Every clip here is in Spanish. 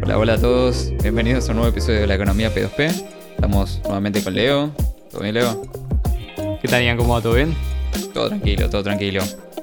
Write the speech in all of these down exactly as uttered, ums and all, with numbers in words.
Hola, hola a todos. Bienvenidos a un nuevo episodio de la Economía P dos P. Estamos nuevamente con Leo. ¿Todo bien, Leo? ¿Qué tal, Ian? ¿Cómo va? ¿Todo bien? Todo tranquilo, todo tranquilo.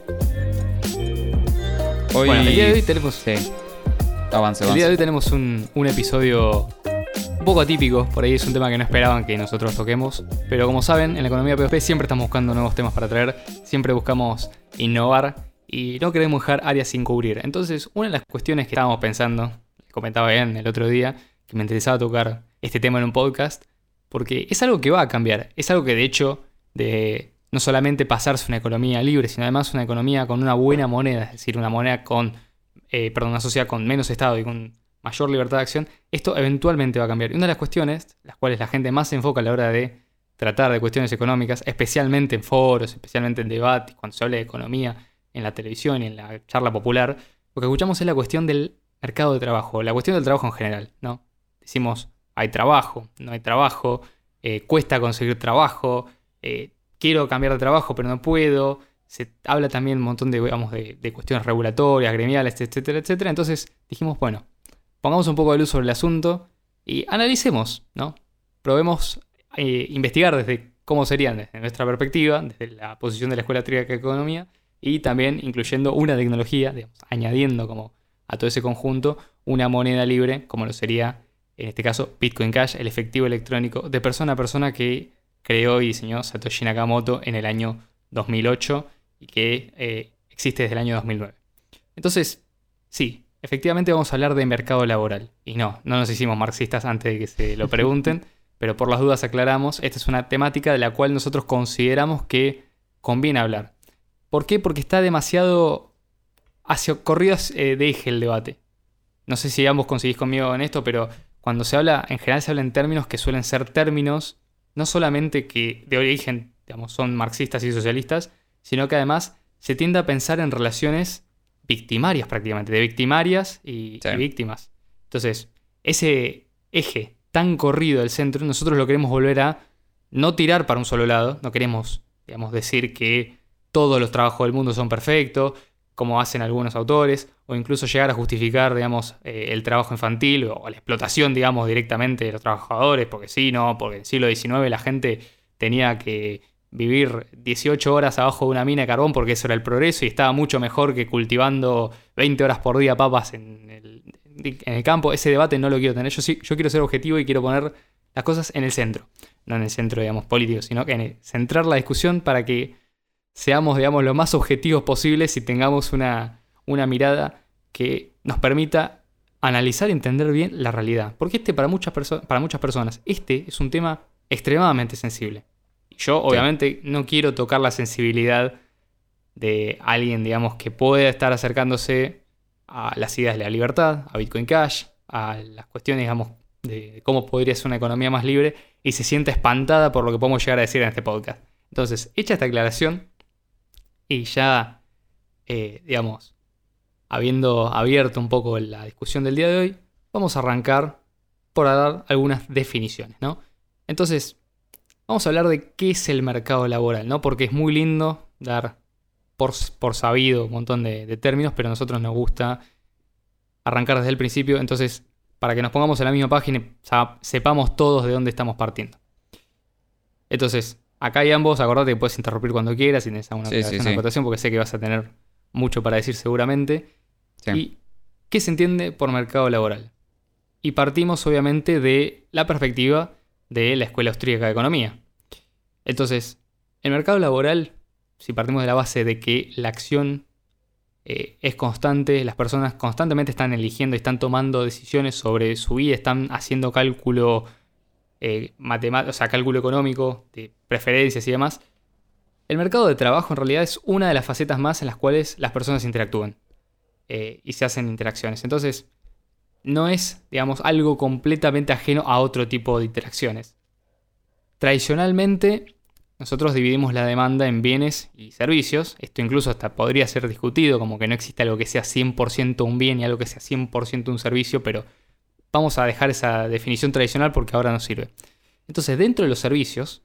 Hoy... Bueno, el día de hoy tenemos... Sí. Avance, avance. El día de hoy tenemos un, un episodio un poco atípico. Por ahí es un tema que no esperaban que nosotros toquemos. Pero como saben, en la Economía P dos P siempre estamos buscando nuevos temas para traer. Siempre buscamos innovar y no queremos dejar áreas sin cubrir. Entonces, una de las cuestiones que estábamos pensando, comentaba bien el otro día, que me interesaba tocar este tema en un podcast, porque es algo que va a cambiar. Es algo que, de hecho, de no solamente pasarse una economía libre, sino además una economía con una buena moneda, es decir, una moneda con, eh, perdón, una sociedad con menos Estado y con mayor libertad de acción, esto eventualmente va a cambiar. Y una de las cuestiones, las cuales la gente más se enfoca a la hora de tratar de cuestiones económicas, especialmente en foros, especialmente en debates, cuando se habla de economía, en la televisión y en la charla popular, lo que escuchamos es la cuestión del mercado de trabajo, la cuestión del trabajo en general, ¿no? Decimos, hay trabajo, no hay trabajo, eh, cuesta conseguir trabajo, eh, quiero cambiar de trabajo pero no puedo. Se habla también un montón de, digamos, de, de cuestiones regulatorias, gremiales, etcétera, etcétera. Entonces dijimos, bueno, pongamos un poco de luz sobre el asunto y analicemos, ¿no? Probemos eh, investigar desde cómo serían, desde nuestra perspectiva, desde la posición de la Escuela Austríaca de Economía, y también incluyendo una tecnología, digamos, añadiendo como a todo ese conjunto una moneda libre, como lo sería, en este caso, Bitcoin Cash, el efectivo electrónico de persona a persona que creó y diseñó Satoshi Nakamoto en el año dos mil ocho y que eh, existe desde el año dos mil nueve. Entonces, sí, efectivamente vamos a hablar de mercado laboral. Y no, no nos hicimos marxistas antes de que se lo pregunten, pero por las dudas aclaramos, esta es una temática de la cual nosotros consideramos que conviene hablar. ¿Por qué? Porque está demasiado hacia corridas eh, de eje el debate. No sé si ambos coincidís conmigo en esto, pero cuando se habla, en general se habla en términos que suelen ser términos no solamente que de origen, digamos, son marxistas y socialistas, sino que además se tiende a pensar en relaciones victimarias prácticamente, de victimarias y, sí. y víctimas. Entonces, ese eje tan corrido del centro, nosotros lo queremos volver a no tirar para un solo lado, no queremos, digamos, decir que todos los trabajos del mundo son perfectos, como hacen algunos autores, o incluso llegar a justificar, digamos, eh, el trabajo infantil o la explotación, digamos, directamente de los trabajadores, porque sí, no, porque en el siglo diecinueve la gente tenía que vivir dieciocho horas abajo de una mina de carbón porque eso era el progreso y estaba mucho mejor que cultivando veinte horas por día papas en el, en el campo. Ese debate no lo quiero tener. Yo, sí, yo quiero ser objetivo y quiero poner las cosas en el centro. No en el centro, digamos, político, sino que en el, centrar la discusión para que seamos, digamos, lo más objetivos posibles y tengamos una, una mirada que nos permita analizar y entender bien la realidad. Porque este, para muchas, perso- para muchas personas, este es un tema extremadamente sensible. Y yo, obviamente, sí. no quiero tocar la sensibilidad de alguien, digamos, que pueda estar acercándose a las ideas de la libertad, a Bitcoin Cash, a las cuestiones, digamos, de cómo podría ser una economía más libre y se sienta espantada por lo que podemos llegar a decir en este podcast. Entonces, hecha esta aclaración, y ya, eh, digamos, habiendo abierto un poco la discusión del día de hoy, vamos a arrancar por dar algunas definiciones, ¿no? Entonces, vamos a hablar de qué es el mercado laboral, ¿no? Porque es muy lindo dar por, por sabido un montón de, de términos, pero a nosotros nos gusta arrancar desde el principio. Entonces, para que nos pongamos en la misma página y sepamos todos de dónde estamos partiendo. Entonces, acá hay ambos, acordate que puedes interrumpir cuando quieras si tienes alguna sí, sí, sí. acotación, porque sé que vas a tener mucho para decir seguramente. Sí. ¿Y qué se entiende por mercado laboral? Y partimos obviamente de la perspectiva de la Escuela Austríaca de Economía. Entonces, el mercado laboral, si partimos de la base de que la acción eh, es constante, las personas constantemente están eligiendo y están tomando decisiones sobre su vida, están haciendo cálculo Eh, matemático, o sea, cálculo económico, de preferencias y demás. El mercado de trabajo en realidad es una de las facetas más en las cuales las personas interactúan eh, y se hacen interacciones. Entonces, no es, digamos, algo completamente ajeno a otro tipo de interacciones. Tradicionalmente, nosotros dividimos la demanda en bienes y servicios. Esto incluso hasta podría ser discutido, como que no existe algo que sea cien por ciento un bien y algo que sea cien por ciento un servicio, pero vamos a dejar esa definición tradicional porque ahora nos sirve. Entonces, dentro de los servicios,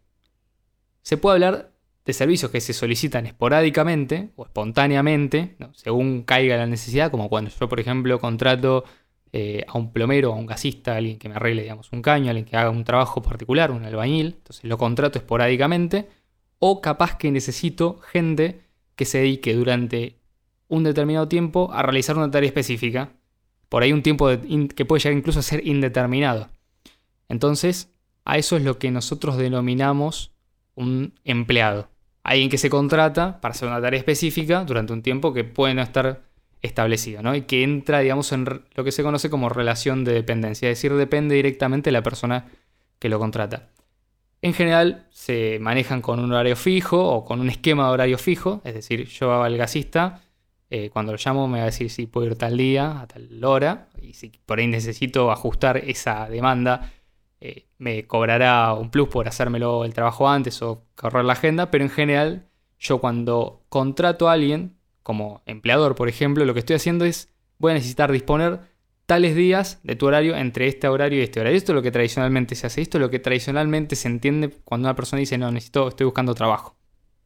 se puede hablar de servicios que se solicitan esporádicamente o espontáneamente, ¿no? Según caiga la necesidad, como cuando yo, por ejemplo, contrato eh, a un plomero, a un gasista, a alguien que me arregle, digamos, un caño, a alguien que haga un trabajo particular, un albañil. Entonces lo contrato esporádicamente. O capaz que necesito gente que se dedique durante un determinado tiempo a realizar una tarea específica. Por ahí un tiempo de, in, que puede llegar incluso a ser indeterminado. Entonces, a eso es lo que nosotros denominamos un empleado. Alguien que se contrata para hacer una tarea específica durante un tiempo que puede no estar establecido, ¿no? Y que entra, digamos, en lo que se conoce como relación de dependencia. Es decir, depende directamente de la persona que lo contrata. En general se manejan con un horario fijo o con un esquema de horario fijo. Es decir, yo al gasista, eh, cuando lo llamo me va a decir si puedo ir tal día, a tal hora. Y si por ahí necesito ajustar esa demanda, eh, me cobrará un plus por hacérmelo el trabajo antes o correr la agenda. Pero en general, yo cuando contrato a alguien, como empleador, por ejemplo, lo que estoy haciendo es, voy a necesitar disponer tales días de tu horario entre este horario y este horario. Esto es lo que tradicionalmente se hace. Esto es lo que tradicionalmente se entiende cuando una persona dice, no, necesito, estoy buscando trabajo.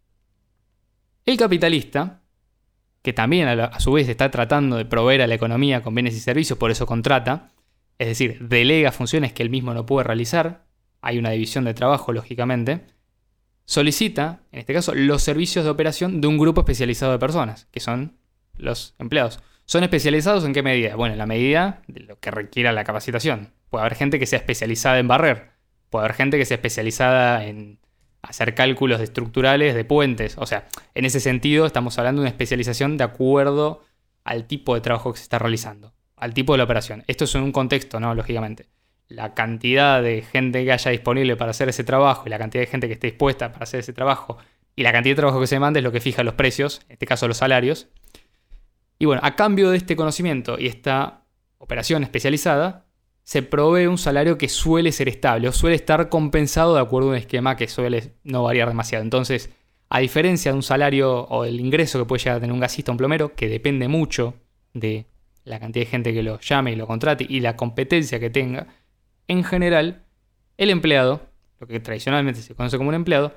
El capitalista, que también a, la, a su vez está tratando de proveer a la economía con bienes y servicios, por eso contrata, es decir, delega funciones que él mismo no puede realizar, hay una división de trabajo, lógicamente, solicita, en este caso, los servicios de operación de un grupo especializado de personas, que son los empleados. ¿Son especializados en qué medida? Bueno, en la medida de lo que requiera la capacitación. Puede haber gente que sea especializada en barrer. Puede haber gente que sea especializada en hacer cálculos estructurales de puentes. O sea, en ese sentido estamos hablando de una especialización de acuerdo al tipo de trabajo que se está realizando, al tipo de la operación. Esto es en un contexto, ¿no? Lógicamente. La cantidad de gente que haya disponible para hacer ese trabajo y la cantidad de gente que esté dispuesta para hacer ese trabajo y la cantidad de trabajo que se demanda es lo que fija los precios, en este caso los salarios. Y bueno, a cambio de este conocimiento y esta operación especializada, se provee un salario que suele ser estable o suele estar compensado de acuerdo a un esquema que suele no variar demasiado. Entonces, a diferencia de un salario o el ingreso que puede llegar a tener un gasista o un plomero, que depende mucho de la cantidad de gente que lo llame y lo contrate y la competencia que tenga, en general, el empleado, lo que tradicionalmente se conoce como un empleado,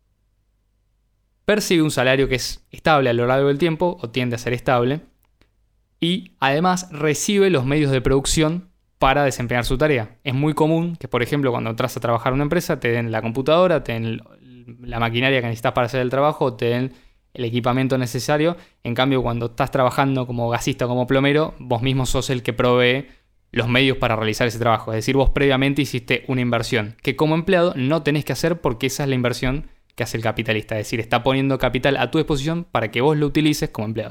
percibe un salario que es estable a lo largo del tiempo o tiende a ser estable y además recibe los medios de producción para desempeñar su tarea. Es muy común que, por ejemplo, cuando entras a trabajar en una empresa te den la computadora, te den la maquinaria que necesitas para hacer el trabajo, te den el equipamiento necesario. En cambio, cuando estás trabajando como gasista o como plomero, vos mismo sos el que provee los medios para realizar ese trabajo. Es decir, vos previamente hiciste una inversión que como empleado no tenés que hacer porque esa es la inversión que hace el capitalista, es decir, está poniendo capital a tu disposición para que vos lo utilices como empleado.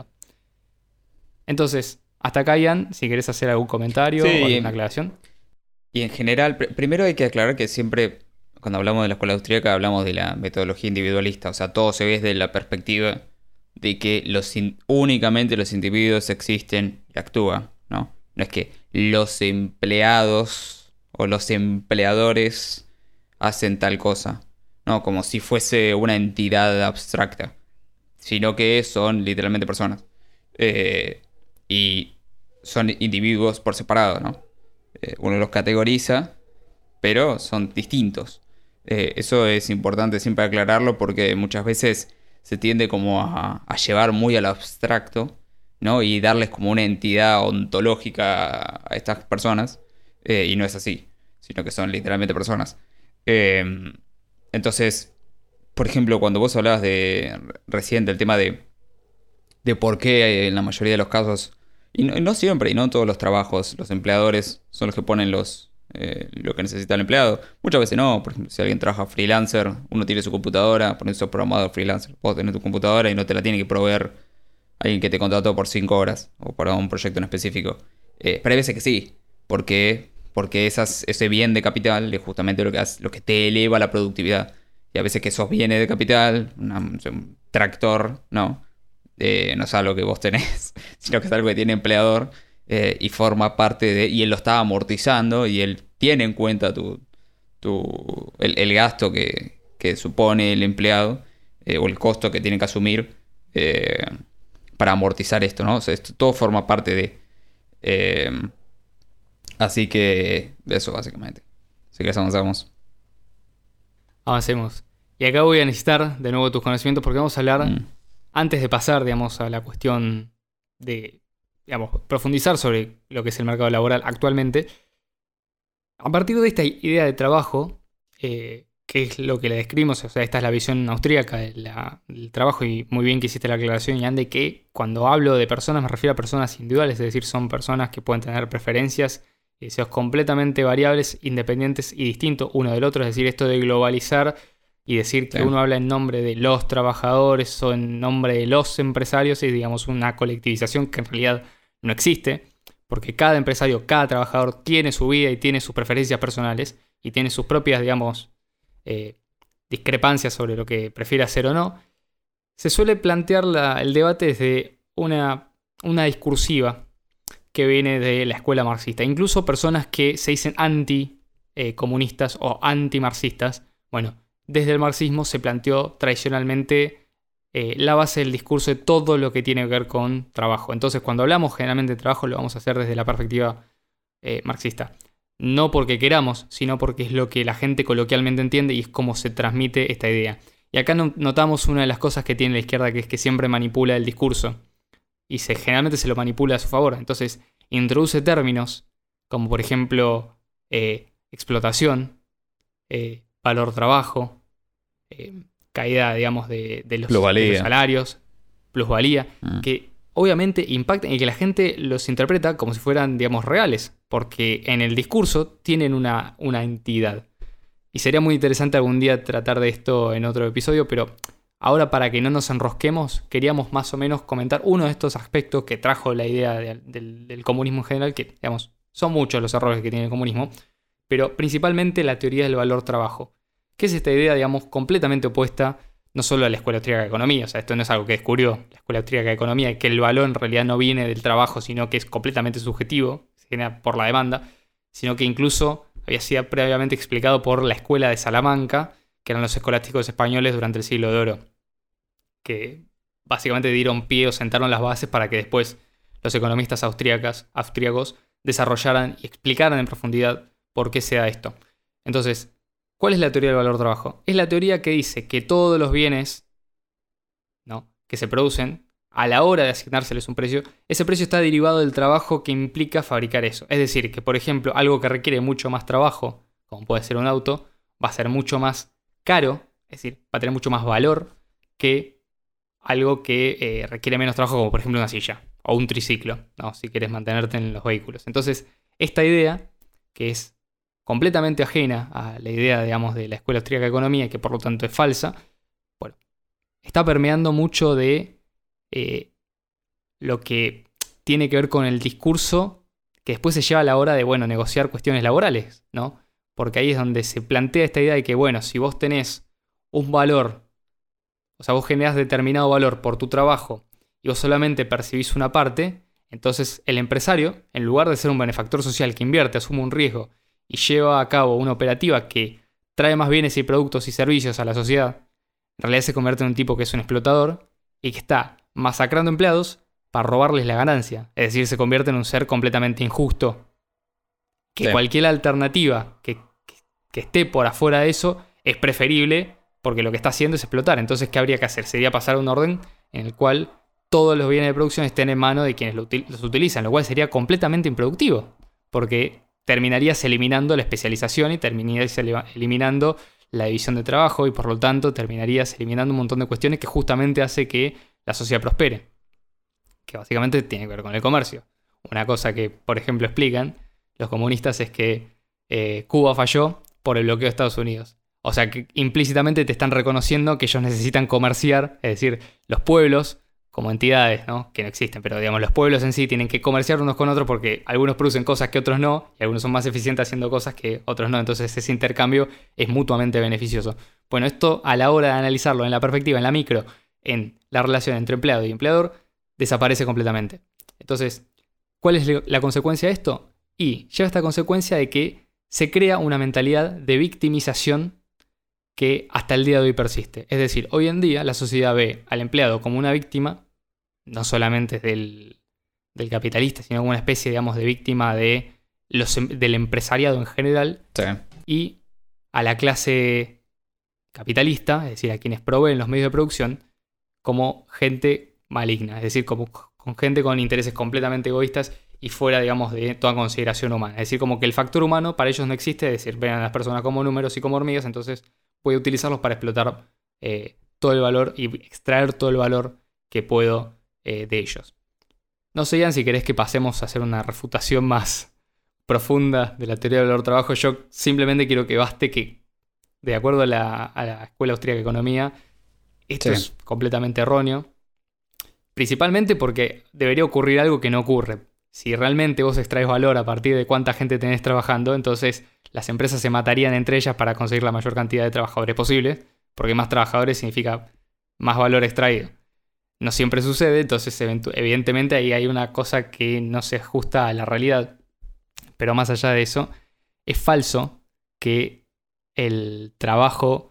Entonces, hasta acá, Ian, si querés hacer algún comentario sí, o alguna aclaración. Y en general, pr- primero hay que aclarar que siempre, cuando hablamos de la escuela austríaca, hablamos de la metodología individualista, o sea, todo se ve desde la perspectiva de que los in- únicamente los individuos existen y actúan, ¿no? No es que los empleados o los empleadores hacen tal cosa. No, como si fuese una entidad abstracta, sino que son literalmente personas. Eh, y son individuos por separado, ¿no? Eh, uno los categoriza, pero son distintos. Eh, eso es importante siempre aclararlo porque muchas veces se tiende como a, a llevar muy al abstracto, ¿no? Y darles como una entidad ontológica a estas personas. Eh, y no es así, sino que son literalmente personas. Eh, Entonces, por ejemplo, cuando vos hablabas de recién del tema de, de por qué en la mayoría de los casos, y no, no siempre, y no en todos los trabajos, los empleadores son los que ponen los eh, lo que necesita el empleado. Muchas veces no. Por ejemplo, si alguien trabaja freelancer, uno tiene su computadora, por eso es programador freelancer. Vos tenés tu computadora y no te la tiene que proveer alguien que te contrató por cinco horas o para un proyecto en específico. Eh, pero hay veces que sí, porque, porque esas, ese bien de capital es justamente lo que, hace, lo que te eleva la productividad. Y a veces que esos bienes de capital, una, un tractor, no, eh, no es algo que vos tenés, sino que es algo que tiene empleador eh, y forma parte de... Y él lo está amortizando y él tiene en cuenta tu, tu, el, el gasto que, que supone el empleado eh, o el costo que tiene que asumir eh, para amortizar esto, ¿no? O sea, esto todo forma parte de... Eh, así que eso básicamente. Así que eso avanzamos. Avancemos. Y acá voy a necesitar de nuevo tus conocimientos porque vamos a hablar, Mm. antes de pasar, digamos, a la cuestión de digamos, profundizar sobre lo que es el mercado laboral actualmente, a partir de esta idea de trabajo, eh, que es lo que le describimos, o sea, esta es la visión austríaca de la- del trabajo, y muy bien que hiciste la aclaración, Ian, de que cuando hablo de personas me refiero a personas individuales, es decir, son personas que pueden tener preferencias y deseos completamente variables, independientes y distintos uno del otro, es decir, esto de globalizar y decir que Sí. uno habla en nombre de los trabajadores o en nombre de los empresarios es, digamos, una colectivización que en realidad no existe, porque cada empresario, cada trabajador tiene su vida y tiene sus preferencias personales y tiene sus propias, digamos, eh, discrepancias sobre lo que prefiere hacer o no. Se suele plantear la- el debate desde una, una discursiva que viene de la escuela marxista. Incluso personas que se dicen anti-comunistas o anti-marxistas. Bueno, desde el marxismo se planteó tradicionalmente eh, la base del discurso de todo lo que tiene que ver con trabajo. Entonces, cuando hablamos generalmente de trabajo, lo vamos a hacer desde la perspectiva eh, marxista. No porque queramos, sino porque es lo que la gente coloquialmente entiende y es cómo se transmite esta idea. Y acá no- notamos una de las cosas que tiene la izquierda, que es que siempre manipula el discurso. Y se, generalmente se lo manipula a su favor. Entonces, introduce términos como, por ejemplo, eh, explotación, eh, valor trabajo, eh, caída, digamos, de, de los, de los Plusvalía. salarios, plusvalía, Mm. que obviamente impactan y que la gente los interpreta como si fueran, digamos, reales, porque en el discurso tienen una, una entidad. Y sería muy interesante algún día tratar de esto en otro episodio, pero ahora, para que no nos enrosquemos, queríamos más o menos comentar uno de estos aspectos que trajo la idea de- del, del comunismo en general, que, digamos, son muchos los errores que tiene el comunismo, pero principalmente la teoría del valor trabajo, que es esta idea, digamos, completamente opuesta no solo a la Escuela Austríaca de Economía, o sea, esto no es algo que descubrió la Escuela Austríaca de Economía, que el valor en realidad no viene del trabajo, sino que es completamente subjetivo, se genera por la demanda, sino que incluso había sido previamente explicado por la Escuela de Salamanca, que eran los escolásticos españoles durante el siglo de oro, que básicamente dieron pie o sentaron las bases para que después los economistas austríacas, austríacos desarrollaran y explicaran en profundidad por qué se da esto. Entonces, ¿cuál es la teoría del valor trabajo? Es la teoría que dice que todos los bienes, ¿no?, que se producen, a la hora de asignárseles un precio, ese precio está derivado del trabajo que implica fabricar eso. Es decir, que por ejemplo, algo que requiere mucho más trabajo, como puede ser un auto, va a ser mucho más caro, es decir, va a tener mucho más valor que algo que eh, requiere menos trabajo, como por ejemplo una silla o un triciclo, ¿no?, si quieres mantenerte en los vehículos. Entonces, esta idea, que es completamente ajena a la idea, digamos, de la Escuela Austríaca de Economía y que por lo tanto es falsa, bueno, está permeando mucho de eh, lo que tiene que ver con el discurso que después se lleva a la hora de, bueno, negociar cuestiones laborales, ¿no? Porque ahí es donde se plantea esta idea de que, bueno, si vos tenés un valor, o sea, vos generás determinado valor por tu trabajo y vos solamente percibís una parte, entonces el empresario, en lugar de ser un benefactor social que invierte, asume un riesgo y lleva a cabo una operativa que trae más bienes y productos y servicios a la sociedad, en realidad se convierte en un tipo que es un explotador y que está masacrando empleados para robarles la ganancia. Es decir, se convierte en un ser completamente injusto. Que Sí. cualquier alternativa que, que, que esté por afuera de eso es preferible, porque lo que está haciendo es explotar. Entonces, ¿qué habría que hacer? Sería pasar a un orden en el cual todos los bienes de producción estén en manos de quienes lo util- los utilizan, lo cual sería completamente improductivo, porque terminarías eliminando la especialización y terminarías ele- eliminando la división de trabajo y por lo tanto terminarías eliminando un montón de cuestiones que justamente hace que la sociedad prospere, que básicamente tiene que ver con el comercio. Una cosa que, por ejemplo, explican los comunistas es que eh, Cuba falló por el bloqueo de Estados Unidos. O sea que implícitamente te están reconociendo que ellos necesitan comerciar, es decir, los pueblos como entidades, ¿no?, que no existen, pero digamos los pueblos en sí tienen que comerciar unos con otros porque algunos producen cosas que otros no y algunos son más eficientes haciendo cosas que otros no, entonces ese intercambio es mutuamente beneficioso. Bueno, esto a la hora de analizarlo en la perspectiva, en la micro, en la relación entre empleado y empleador, desaparece completamente. Entonces, ¿cuál es la consecuencia de esto? Y lleva esta consecuencia de que se crea una mentalidad de victimización que hasta el día de hoy persiste. Es decir, hoy en día la sociedad ve al empleado como una víctima, no solamente del, del capitalista, sino como una especie, digamos, de víctima de los, del empresariado en general, Sí. y a la clase capitalista, es decir, a quienes proveen los medios de producción, como gente maligna, es decir, como, con gente con intereses completamente egoístas y fuera, digamos, de toda consideración humana. Es decir, como que el factor humano para ellos no existe, es decir, ven a las personas como números y como hormigas, entonces voy a utilizarlos para explotar eh, todo el valor y extraer todo el valor que puedo eh, de ellos. No sé, Ian, si querés que pasemos a hacer una refutación más profunda de la teoría del valor-trabajo. Yo simplemente quiero que baste que, de acuerdo a la, a la Escuela Austríaca de Economía, esto Sí. es completamente erróneo. Principalmente porque debería ocurrir algo que no ocurre. Si realmente vos extraes valor a partir de cuánta gente tenés trabajando, entonces las empresas se matarían entre ellas para conseguir la mayor cantidad de trabajadores posible, porque más trabajadores significa más valor extraído. No siempre sucede, entonces evidentemente ahí hay una cosa que no se ajusta a la realidad. Pero más allá de eso, es falso que el trabajo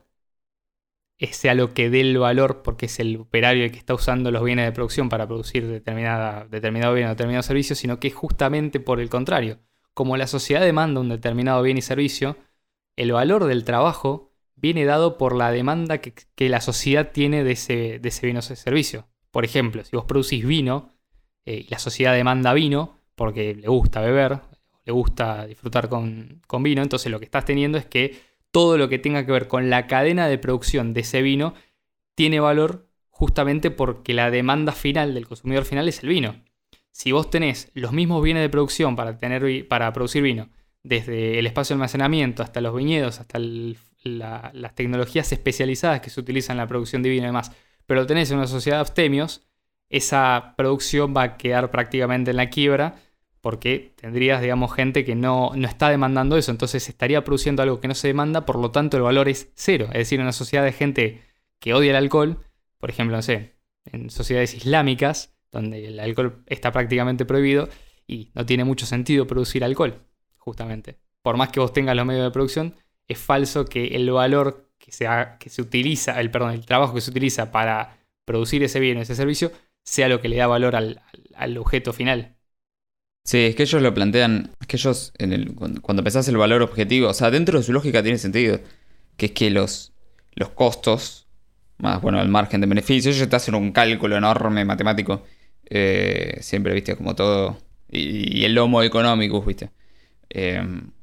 sea lo que dé el valor, porque es el operario el que está usando los bienes de producción para producir determinada, determinado bien o determinado servicio, sino que es justamente por el contrario. Como la sociedad demanda un determinado bien y servicio, el valor del trabajo viene dado por la demanda que, que la sociedad tiene de ese, de ese bien o ese servicio. Por ejemplo, si vos producís vino eh, y la sociedad demanda vino porque le gusta beber, le gusta disfrutar con, con vino, entonces lo que estás teniendo es que todo lo que tenga que ver con la cadena de producción de ese vino tiene valor justamente porque la demanda final del consumidor final es el vino. Si vos tenés los mismos bienes de producción para, tener, para producir vino, desde el espacio de almacenamiento hasta los viñedos, hasta el, la, las tecnologías especializadas que se utilizan en la producción de vino y demás, pero lo tenés en una sociedad de abstemios, esa producción va a quedar prácticamente en la quiebra, porque tendrías, digamos, gente que no, no está demandando eso, entonces estaría produciendo algo que no se demanda, por lo tanto el valor es cero. Es decir, en una sociedad de gente que odia el alcohol, por ejemplo, no sé, en sociedades islámicas, donde el alcohol está prácticamente prohibido y no tiene mucho sentido producir alcohol, justamente. Por más que vos tengas los medios de producción, es falso que el valor que se, ha, que se utiliza, el, perdón, el trabajo que se utiliza para producir ese bien o ese servicio, sea lo que le da valor al, al, al objeto final. Sí, es que ellos lo plantean, es que ellos, en el, cuando, cuando pensás el valor objetivo, o sea, dentro de su lógica tiene sentido, que es que los, los costos, más bueno, el margen de beneficio, ellos te hacen un cálculo enorme matemático, eh, siempre, viste, como todo, y, y el lomo económico, viste. Eh,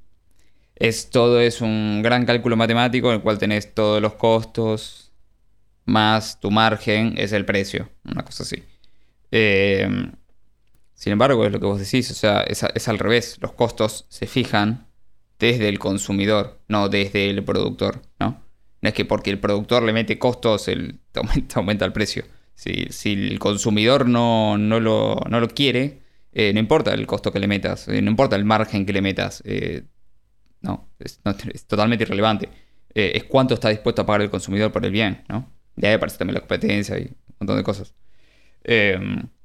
es, todo es un gran cálculo matemático en el cual tenés todos los costos, más tu margen es el precio, una cosa así. Eh... Sin embargo, es lo que vos decís, o sea, es, a, es al revés. Los costos se fijan desde el consumidor, no desde el productor, ¿no? No es que porque el productor le mete costos, el, aumenta, aumenta el precio. Si, si el consumidor no, no, lo, no lo quiere, eh, no importa el costo que le metas, eh, no importa el margen que le metas. Eh, no, es, no, es totalmente irrelevante. Eh, es cuánto está dispuesto a pagar el consumidor por el bien, ¿no? De ahí aparece también la competencia y un montón de cosas. Eh...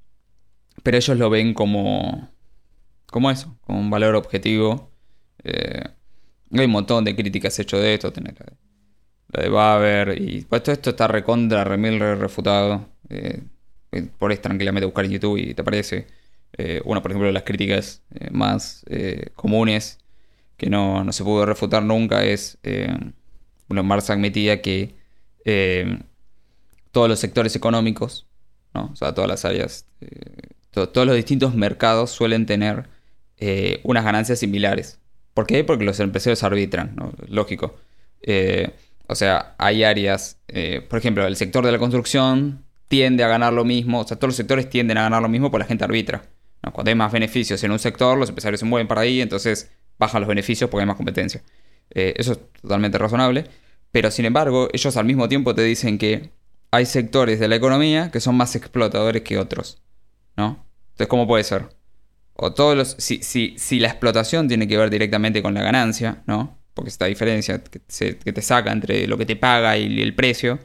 Pero ellos lo ven como, como eso, como un valor objetivo. Eh, hay un montón de críticas hechas de esto, tener la, la de Baber, y pues todo esto está recontra, remil, re refutado. Eh, podés tranquilamente buscar en YouTube y te aparece. Eh, una, por ejemplo, de las críticas eh, más eh, comunes que no, no se pudo refutar nunca es, eh, bueno, Marx admitía que eh, todos los sectores económicos, ¿no? O sea, todas las áreas... Eh, todos los distintos mercados suelen tener eh, unas ganancias similares. ¿Por qué? Porque los empresarios arbitran, ¿no? Lógico. Eh, o sea, hay áreas, eh, por ejemplo, el sector de la construcción tiende a ganar lo mismo, o sea, todos los sectores tienden a ganar lo mismo porque la gente arbitra, ¿no? Cuando hay más beneficios en un sector, los empresarios se mueven para ahí, entonces bajan los beneficios porque hay más competencia. Eh, eso es totalmente razonable, pero sin embargo, ellos al mismo tiempo te dicen que hay sectores de la economía que son más explotadores que otros, ¿no? Entonces, ¿cómo puede ser? O todos los, si, si, si la explotación tiene que ver directamente con la ganancia, ¿no? Porque esta diferencia que, se, que te saca entre lo que te paga y el precio,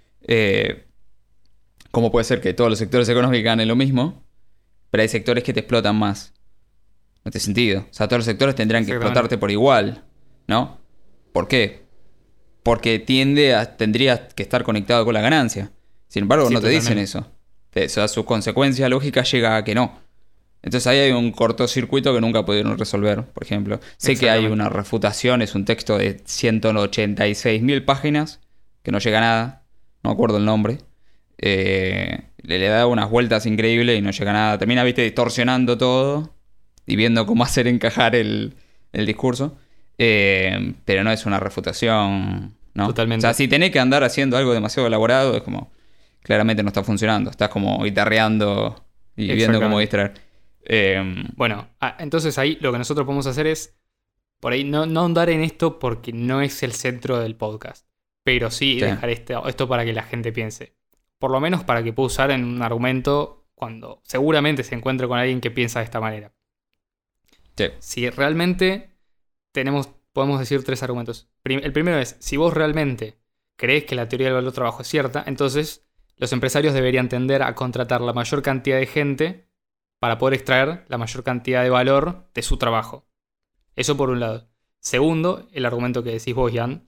eh, ¿cómo puede ser que todos los sectores económicos ganen lo mismo, pero hay sectores que te explotan más? No tiene sentido. O sea, todos los sectores tendrían que explotarte por igual, ¿no? ¿Por qué? Porque tiende a, tendría que estar conectado con la ganancia. Sin embargo, sí, no te totalmente dicen eso. O sea, su consecuencia lógica llega a que no. Entonces ahí hay un cortocircuito que nunca pudieron resolver, por ejemplo. Sé que hay una refutación, es un texto de ciento ochenta y seis mil páginas, que no llega a nada, no me acuerdo el nombre. Eh, le, le da unas vueltas increíbles y no llega a nada. Termina, viste, distorsionando todo y viendo cómo hacer encajar el, el discurso. Eh, pero no es una refutación, ¿no? Totalmente. O sea, si tenés que andar haciendo algo demasiado elaborado, es como, claramente no está funcionando. Estás como guitarreando y viendo cómo distraer. Eh, bueno, ah, entonces ahí lo que nosotros podemos hacer es, por ahí, no, no ahondar en esto porque no es el centro del podcast. Pero sí, sí. dejar este, esto para que la gente piense. Por lo menos para que pueda usar en un argumento cuando seguramente se encuentre con alguien que piensa de esta manera. Sí. Si realmente tenemos, podemos decir tres argumentos. El primero es, si vos realmente crees que la teoría del valor del trabajo es cierta, entonces los empresarios deberían tender a contratar la mayor cantidad de gente para poder extraer la mayor cantidad de valor de su trabajo. Eso por un lado. Segundo, el argumento que decís vos, Jan,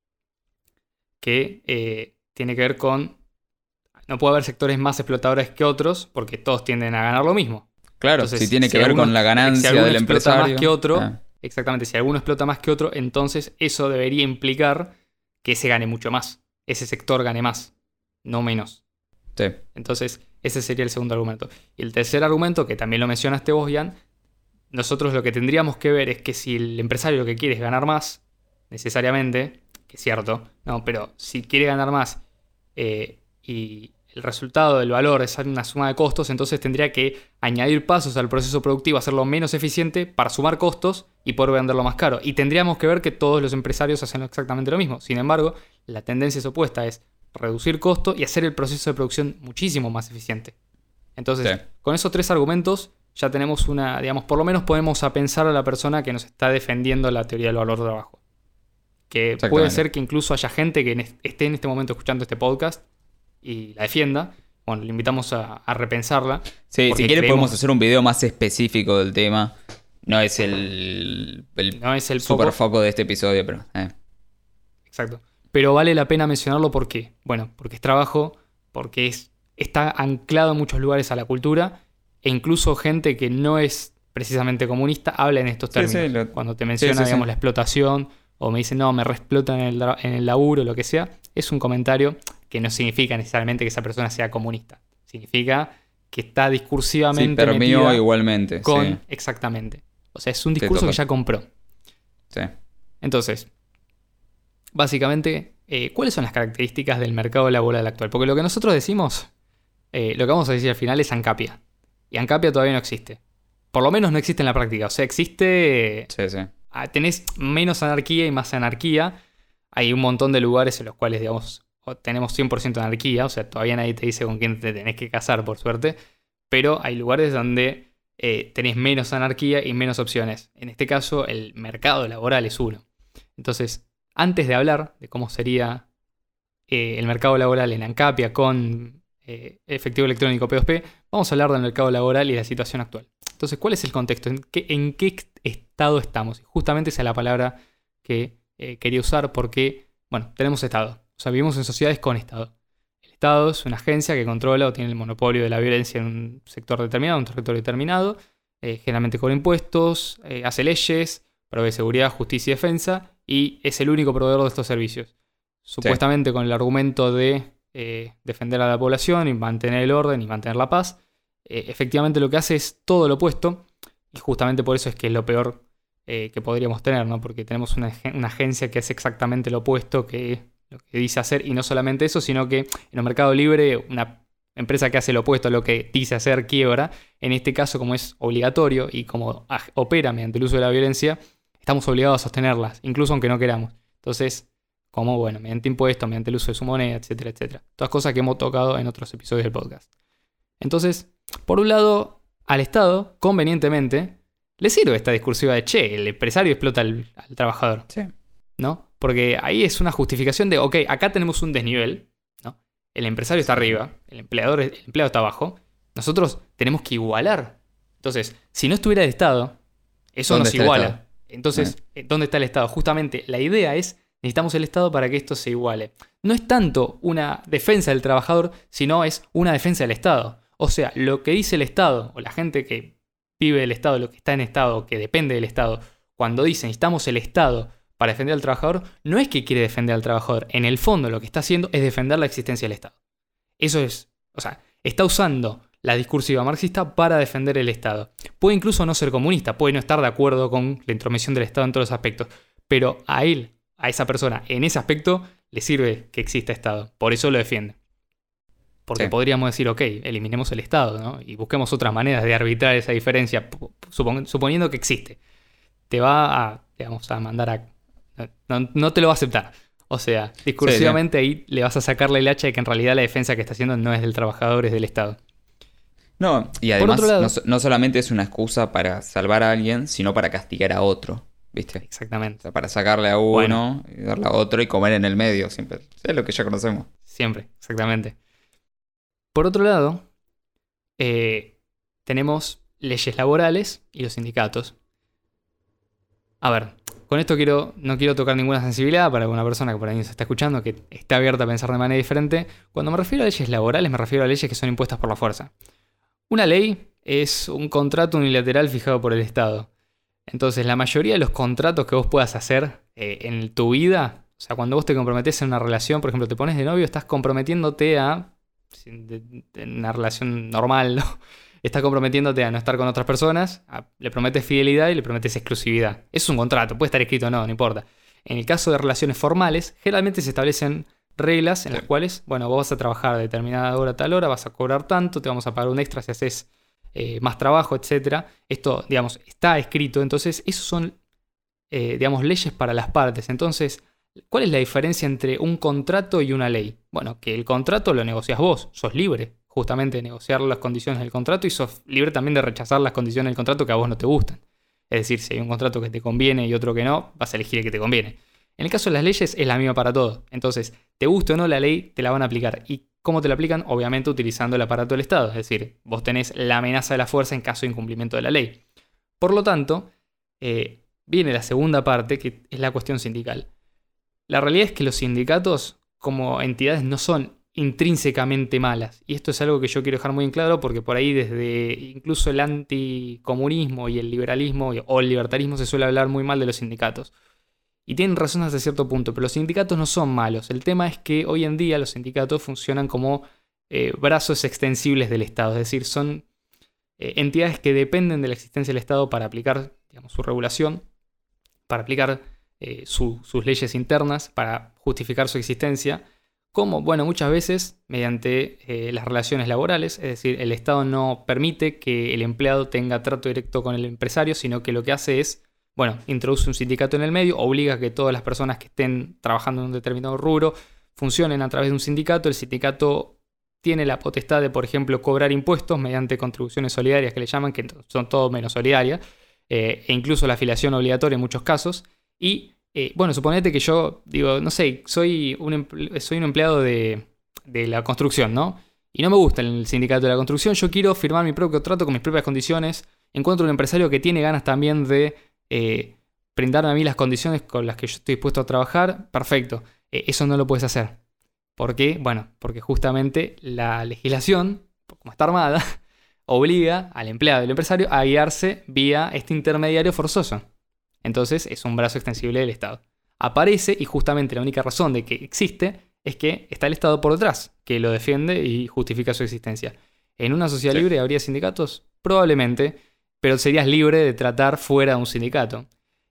que eh, tiene que ver con no puede haber sectores más explotadores que otros porque todos tienden a ganar lo mismo. Claro, entonces, si tiene si que ver alguno, con la ganancia si del empresario más que otro, ah. exactamente, si alguno explota más que otro, entonces eso debería implicar que se gane mucho más. Ese sector gane más, no menos. Sí. Entonces, ese sería el segundo argumento. Y el tercer argumento, que también lo mencionaste vos, Jan, nosotros lo que tendríamos que ver es que si el empresario lo que quiere es ganar más, necesariamente, que es cierto, no, pero si quiere ganar más eh, y el resultado del valor es una suma de costos, entonces tendría que añadir pasos al proceso productivo, hacerlo menos eficiente para sumar costos y poder venderlo más caro. Y tendríamos que ver que todos los empresarios hacen exactamente lo mismo. Sin embargo, la tendencia es opuesta, es reducir costos y hacer el proceso de producción muchísimo más eficiente. Entonces, sí. con esos tres argumentos ya tenemos una, digamos, por lo menos podemos a pensar a la persona que nos está defendiendo la teoría del valor del trabajo. Que puede ser que incluso haya gente que esté en este momento escuchando este podcast y la defienda. Bueno, le invitamos a, a repensarla. Sí, si quiere creemos... podemos hacer un video más específico del tema. No es el, el, no es el super foco. foco de este episodio, pero... Eh. Exacto. Pero vale la pena mencionarlo, ¿por qué? Bueno, porque es trabajo, porque es, está anclado en muchos lugares a la cultura, e incluso gente que no es precisamente comunista habla en estos términos. Sí, sí, lo... Cuando te menciona, sí, sí, digamos, sí. la explotación, o me dicen, no, me reexplotan en el, en el laburo, lo que sea, es un comentario que no significa necesariamente que esa persona sea comunista. Significa que está discursivamente sí, permeó igualmente. Con, sí. Exactamente. O sea, es un discurso que ya compró. Sí. Entonces, básicamente, eh, ¿cuáles son las características del mercado laboral actual? Porque lo que nosotros decimos, eh, lo que vamos a decir al final es ANCAPIA. Y ANCAPIA todavía no existe. Por lo menos no existe en la práctica. O sea, existe... Sí, sí. Tenés menos anarquía y más anarquía. Hay un montón de lugares en los cuales, digamos, tenemos cien por ciento de anarquía. O sea, todavía nadie te dice con quién te tenés que casar, por suerte. Pero hay lugares donde eh, tenés menos anarquía y menos opciones. En este caso, el mercado laboral es uno. Entonces, antes de hablar de cómo sería eh, el mercado laboral en ANCAPIA con eh, efectivo electrónico P dos P, vamos a hablar del mercado laboral y la situación actual. Entonces, ¿cuál es el contexto? ¿En qué, en qué estado estamos? Justamente esa es la palabra que eh, quería usar porque, bueno, tenemos Estado. O sea, vivimos en sociedades con Estado. El Estado es una agencia que controla o tiene el monopolio de la violencia en un sector determinado, un territorio determinado, eh, generalmente con impuestos, eh, hace leyes, provee seguridad, justicia y defensa, y es el único proveedor de estos servicios. Supuestamente sí. con el argumento de eh, defender a la población y mantener el orden y mantener la paz. Eh, efectivamente lo que hace es todo lo opuesto, y justamente por eso es que es lo peor eh, que podríamos tener, ¿no? Porque tenemos una, una agencia que hace exactamente lo opuesto que lo que dice hacer, y no solamente eso, sino que en el mercado libre una empresa que hace lo opuesto a lo que dice hacer quiebra. En este caso, como es obligatorio y como opera mediante el uso de la violencia, estamos obligados a sostenerlas, incluso aunque no queramos. Entonces, como bueno, mediante impuestos, mediante el uso de su moneda, etcétera, etcétera. Todas cosas que hemos tocado en otros episodios del podcast. Entonces, por un lado, al Estado, convenientemente, le sirve esta discursiva de, che, el empresario explota al, al trabajador. Sí. ¿No? Porque ahí es una justificación de, ok, acá tenemos un desnivel, ¿no? El empresario está arriba, el empleador, el empleado está abajo. Nosotros tenemos que igualar. Entonces, si no estuviera el Estado, eso nos iguala. Entonces, eh. ¿dónde está el Estado? Justamente, la idea es, necesitamos el Estado para que esto se iguale. No es tanto una defensa del trabajador, sino es una defensa del Estado. O sea, lo que dice el Estado, o la gente que vive del Estado, lo que está en Estado, que depende del Estado, cuando dice necesitamos el Estado para defender al trabajador, no es que quiere defender al trabajador. En el fondo lo que está haciendo es defender la existencia del Estado. Eso es, o sea, está usando la discursiva marxista para defender el Estado. Puede incluso no ser comunista, puede no estar de acuerdo con la intromisión del Estado en todos los aspectos, pero a él, a esa persona, en ese aspecto, le sirve que exista Estado. Por eso lo defiende. Porque sí. Podríamos decir, ok, eliminemos el Estado, ¿no? Y busquemos otras maneras de arbitrar esa diferencia, supon- suponiendo que existe. Te va a, digamos, a mandar a... No, no te lo va a aceptar. O sea, discursivamente sí, sí. Ahí le vas a sacarle el hacha de que en realidad la defensa que está haciendo no es del trabajador, es del Estado. No, y además lado, no, no solamente es una excusa para salvar a alguien, sino para castigar a otro, ¿viste? Exactamente. O sea, para sacarle a uno bueno, y darle a otro y comer en el medio, siempre. Es lo que ya conocemos. Siempre, exactamente. Por otro lado, eh, tenemos leyes laborales y los sindicatos. A ver, con esto quiero, no quiero tocar ninguna sensibilidad para una persona que por ahí se está escuchando, que está abierta a pensar de manera diferente. Cuando me refiero a leyes laborales, me refiero a leyes que son impuestas por la fuerza. Una ley es un contrato unilateral fijado por el Estado. Entonces, la mayoría de los contratos que vos puedas hacer eh, en tu vida, o sea, cuando vos te comprometés en una relación, por ejemplo, te pones de novio, estás comprometiéndote a... en una relación normal, ¿no? Estás comprometiéndote a no estar con otras personas, a, le prometes fidelidad y le prometes exclusividad. Es un contrato, puede estar escrito o no, no importa. En el caso de relaciones formales, generalmente se establecen reglas en las cuales, bueno, vos vas a trabajar de determinada hora a tal hora, vas a cobrar tanto, te vamos a pagar un extra si haces eh, más trabajo, etcétera. Esto, digamos, está escrito, entonces, esos son, eh, digamos, leyes para las partes. Entonces, ¿cuál es la diferencia entre un contrato y una ley? Bueno, que el contrato lo negocias vos, sos libre justamente de negociar las condiciones del contrato y sos libre también de rechazar las condiciones del contrato que a vos no te gustan. Es decir, si hay un contrato que te conviene y otro que no, vas a elegir el que te conviene. En el caso de las leyes es la misma para todo. Entonces, te guste o no la ley, te la van a aplicar. ¿Y cómo te la aplican? Obviamente utilizando el aparato del Estado. Es decir, vos tenés la amenaza de la fuerza en caso de incumplimiento de la ley. Por lo tanto, eh, viene la segunda parte, que es la cuestión sindical. La realidad es que los sindicatos como entidades no son intrínsecamente malas. Y esto es algo que yo quiero dejar muy en claro porque por ahí desde incluso el anticomunismo y el liberalismo o el libertarismo se suele hablar muy mal de los sindicatos. Y tienen razón hasta cierto punto, pero los sindicatos no son malos. El tema es que hoy en día los sindicatos funcionan como eh, brazos extensibles del Estado. Es decir, son eh, entidades que dependen de la existencia del Estado para aplicar, digamos, su regulación, para aplicar eh, su, sus leyes internas, para justificar su existencia. Como, bueno, muchas veces mediante eh, las relaciones laborales. Es decir, el Estado no permite que el empleado tenga trato directo con el empresario, sino que lo que hace es... Bueno, introduce un sindicato en el medio, obliga a que todas las personas que estén trabajando en un determinado rubro funcionen a través de un sindicato. El sindicato tiene la potestad de, por ejemplo, cobrar impuestos mediante contribuciones solidarias que le llaman, que son todo menos solidarias, eh, e incluso la afiliación obligatoria en muchos casos. Y, eh, bueno, suponete que yo, digo, no sé, soy un, emple- soy un empleado de, de la construcción, ¿no? Y no me gusta el sindicato de la construcción, yo quiero firmar mi propio contrato con mis propias condiciones. Encuentro un empresario que tiene ganas también de... Eh, brindarme a mí las condiciones con las que yo estoy dispuesto a trabajar, perfecto. Eh, eso no lo puedes hacer. ¿Por qué? Bueno, porque justamente la legislación, como está armada, obliga al empleado y al empresario a guiarse vía este intermediario forzoso. Entonces es un brazo extensible del Estado. Aparece y justamente la única razón de que existe es que está el Estado por detrás, que lo defiende y justifica su existencia. ¿En una sociedad sí. libre habría sindicatos? Probablemente. Pero serías libre de tratar fuera de un sindicato.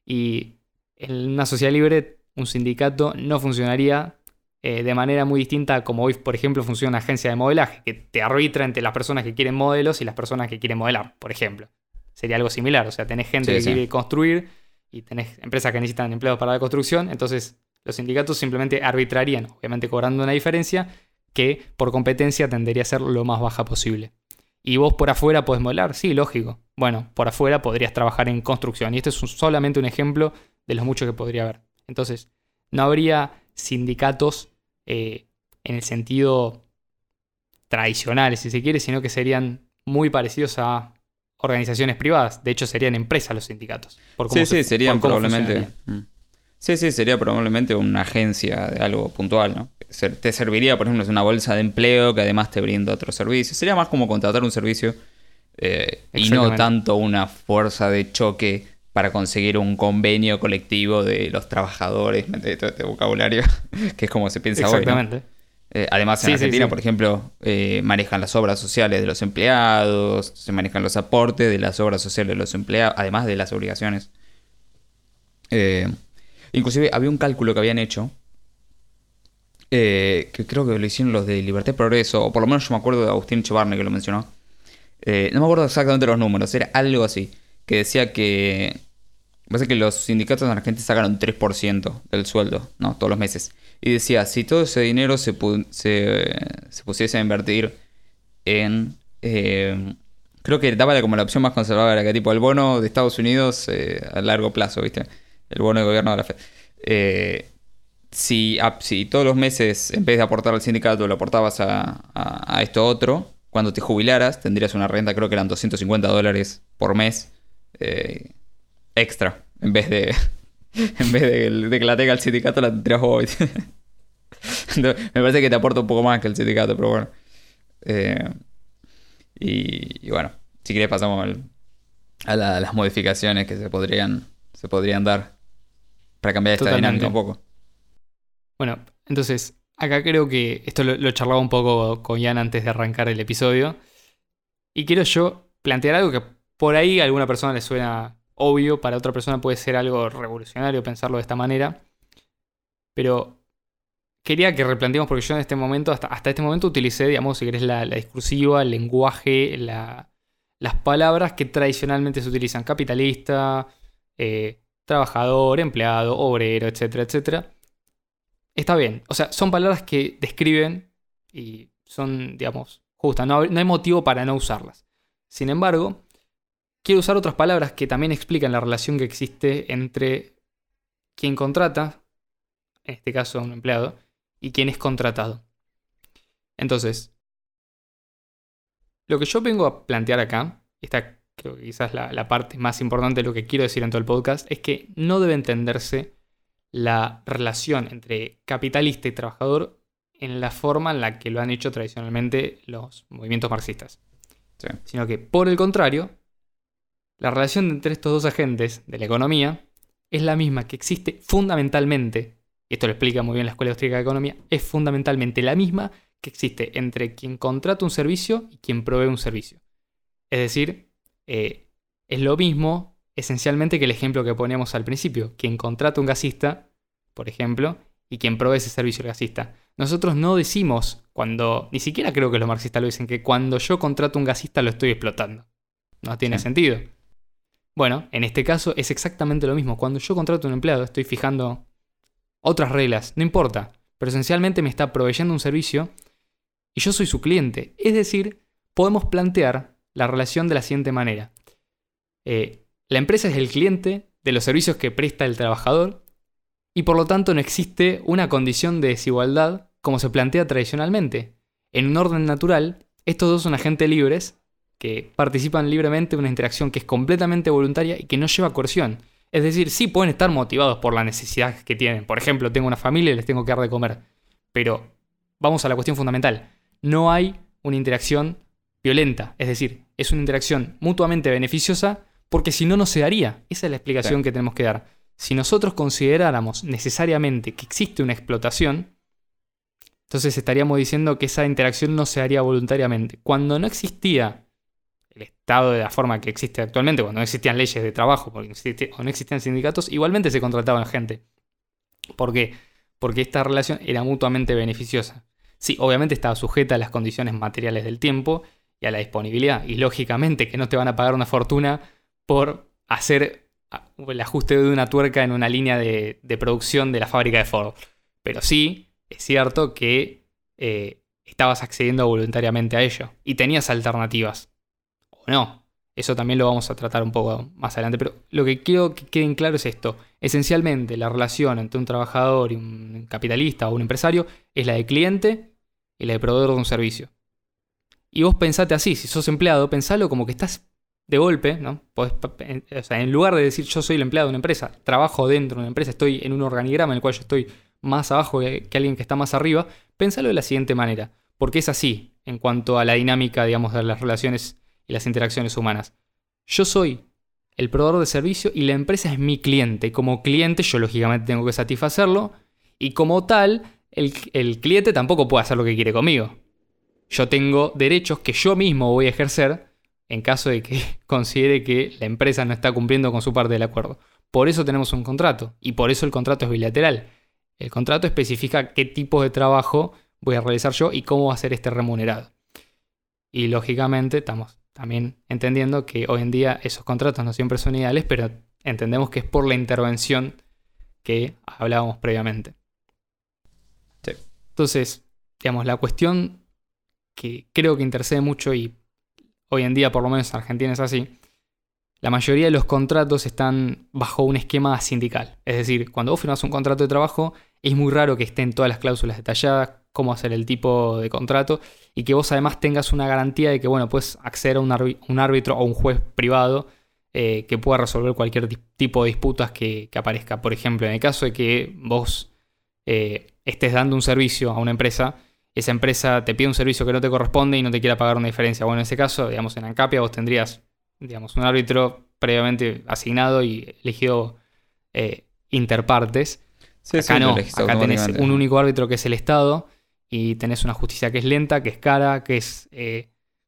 Y en una sociedad libre, un sindicato no funcionaría eh, de manera muy distinta a como hoy, por ejemplo, funciona una agencia de modelaje, que te arbitra entre las personas que quieren modelos y las personas que quieren modelar, por ejemplo. Sería algo similar, o sea, tenés gente sí, que sí. quiere construir y tenés empresas que necesitan empleados para la construcción, entonces los sindicatos simplemente arbitrarían, obviamente cobrando una diferencia que por competencia tendería a ser lo más baja posible. ¿Y vos por afuera podés modelar? Sí, lógico. Bueno, por afuera podrías trabajar en construcción. Y este es un, solamente un ejemplo de los muchos que podría haber. Entonces, no habría sindicatos eh, en el sentido tradicional, si se quiere, sino que serían muy parecidos a organizaciones privadas. De hecho, serían empresas los sindicatos. Por cómo sí, se, sí, serían por cómo probablemente... Sí, sí, sería probablemente una agencia de algo puntual, ¿no? Te serviría, por ejemplo, una bolsa de empleo que además te brinda otros servicios. Sería más como contratar un servicio eh, y no tanto una fuerza de choque para conseguir un convenio colectivo de los trabajadores, de todo este vocabulario, que es como se piensa hoy, ¿no? Eh, además, en Sí, sí, Argentina, sí. por ejemplo, eh, manejan las obras sociales de los empleados, se manejan los aportes de las obras sociales de los empleados, además de las obligaciones. Eh, Inclusive había un cálculo que habían hecho, eh, que creo que lo hicieron los de Libertad y Progreso, o por lo menos yo me acuerdo de Agustín Echevarne que lo mencionó. Eh, no me acuerdo exactamente los números, era algo así, que decía que... Parece que los sindicatos en Argentina sacan un tres por ciento del sueldo, ¿no? Todos los meses. Y decía, si todo ese dinero se, pu- se, se pusiese a invertir en... eh, creo que daba como la opción más conservadora, que tipo el bono de Estados Unidos eh, a largo plazo, ¿viste? El bono de gobierno de la Fed. Eh, si, a- si todos los meses, en vez de aportar al sindicato, lo aportabas a, a, a esto otro, cuando te jubilaras, tendrías una renta, creo que eran doscientos cincuenta dólares por mes. eh, Extra, en vez de en vez de, de que la tenga el sindicato, la tendrías vos. Entonces, me parece que te aporta un poco más que el sindicato, pero bueno. Eh, y, y bueno, si querés pasamos al- a, la- a las modificaciones que se podrían se podrían dar para cambiar esta Totalmente. dinámica un poco. Bueno, entonces, acá creo que esto lo, lo charlaba un poco con Ian antes de arrancar el episodio. Y quiero yo plantear algo que por ahí a alguna persona le suena obvio, para otra persona puede ser algo revolucionario pensarlo de esta manera. Pero quería que replanteemos, porque yo en este momento, hasta, hasta este momento utilicé, digamos, si querés, la, la discursiva, el lenguaje, la- las palabras que tradicionalmente se utilizan. Capitalista, eh, trabajador, empleado, obrero, etcétera, etcétera. Está bien. O sea, son palabras que describen y son, digamos, justas. No, no hay motivo para no usarlas. Sin embargo, quiero usar otras palabras que también explican la relación que existe entre quien contrata, en este caso un empleado, y quien es contratado. Entonces, lo que yo vengo a plantear acá, esta creo que quizás la, la parte más importante de lo que quiero decir en todo el podcast, es que no debe entenderse la relación entre capitalista y trabajador en la forma en la que lo han hecho tradicionalmente los movimientos marxistas. Sí. Sino que, por el contrario, la relación entre estos dos agentes de la economía es la misma que existe fundamentalmente, y esto lo explica muy bien la Escuela Austríaca de Economía, es fundamentalmente la misma que existe entre quien contrata un servicio y quien provee un servicio. Es decir, eh, es lo mismo esencialmente que el ejemplo que poníamos al principio. Quien contrata un gasista, por ejemplo, y quien provee ese servicio al gasista. Nosotros no decimos cuando, ni siquiera creo que los marxistas lo dicen, que cuando yo contrato un gasista lo estoy explotando. No tiene Sí. sentido. Bueno, en este caso es exactamente lo mismo. Cuando yo contrato un empleado estoy fijando otras reglas, no importa, pero esencialmente me está proveyendo un servicio y yo soy su cliente. Es decir, podemos plantear la relación de la siguiente manera. Eh, la empresa es el cliente de los servicios que presta el trabajador y por lo tanto no existe una condición de desigualdad como se plantea tradicionalmente. En un orden natural, estos dos son agentes libres que participan libremente de una interacción que es completamente voluntaria y que no lleva coerción. Es decir, sí pueden estar motivados por la necesidad que tienen. Por ejemplo, tengo una familia y les tengo que dar de comer. Pero vamos a la cuestión fundamental. No hay una interacción violenta. Es decir, es una interacción mutuamente beneficiosa porque si no, no se daría. Esa es la explicación Sí. que tenemos que dar. Si nosotros consideráramos necesariamente que existe una explotación, entonces estaríamos diciendo que esa interacción no se haría voluntariamente. Cuando no existía el Estado de la forma que existe actualmente, cuando no existían leyes de trabajo porque existe, o no existían sindicatos, igualmente se contrataban gente. ¿Por qué? Porque esta relación era mutuamente beneficiosa. Sí, obviamente estaba sujeta a las condiciones materiales del tiempo y a la disponibilidad. Y lógicamente que no te van a pagar una fortuna por hacer el ajuste de una tuerca en una línea de, de producción de la fábrica de Ford. Pero sí, es cierto que eh, estabas accediendo voluntariamente a ello y tenías alternativas. O no. Eso también lo vamos a tratar un poco más adelante. Pero lo que quiero que queden claro es esto. Esencialmente, la relación entre un trabajador y un capitalista o un empresario es la de cliente y la de proveedor de un servicio. Y vos pensate así, si sos empleado, pensalo como que estás de golpe, ¿no? Podés, o sea, en lugar de decir yo soy el empleado de una empresa, trabajo dentro de una empresa, estoy en un organigrama en el cual yo estoy más abajo que, que alguien que está más arriba, pensalo de la siguiente manera. Porque es así en cuanto a la dinámica, digamos, de las relaciones y las interacciones humanas. Yo soy el proveedor de servicio y la empresa es mi cliente. Como cliente yo lógicamente tengo que satisfacerlo y como tal el, el cliente tampoco puede hacer lo que quiere conmigo. Yo tengo derechos que yo mismo voy a ejercer en caso de que considere que la empresa no está cumpliendo con su parte del acuerdo. Por eso tenemos un contrato y por eso el contrato es bilateral. El contrato especifica qué tipo de trabajo voy a realizar yo y cómo va a ser este remunerado. Y lógicamente estamos también entendiendo que hoy en día esos contratos no siempre son ideales, pero entendemos que es por la intervención que hablábamos previamente. Sí. Entonces, digamos, la cuestión que creo que intercede mucho y hoy en día, por lo menos en Argentina es así, la mayoría de los contratos están bajo un esquema sindical. Es decir, cuando vos firmás un contrato de trabajo, es muy raro que estén todas las cláusulas detalladas, cómo hacer el tipo de contrato, y que vos además tengas una garantía de que, bueno, puedes acceder a un, arbi- un árbitro o un juez privado eh, que pueda resolver cualquier di- tipo de disputas que, que aparezca. Por ejemplo, en el caso de que vos eh, estés dando un servicio a una empresa, esa empresa te pide un servicio que no te corresponde y no te quiera pagar una diferencia. Bueno, en ese caso, digamos, en ANCAPIA vos tendrías, digamos, un árbitro previamente asignado y elegido eh, interpartes. Sí, Acá sí, lo no, elegís acá tenés automáticamente. un único árbitro que es el Estado y tenés una justicia que es lenta, que es cara, que es eh,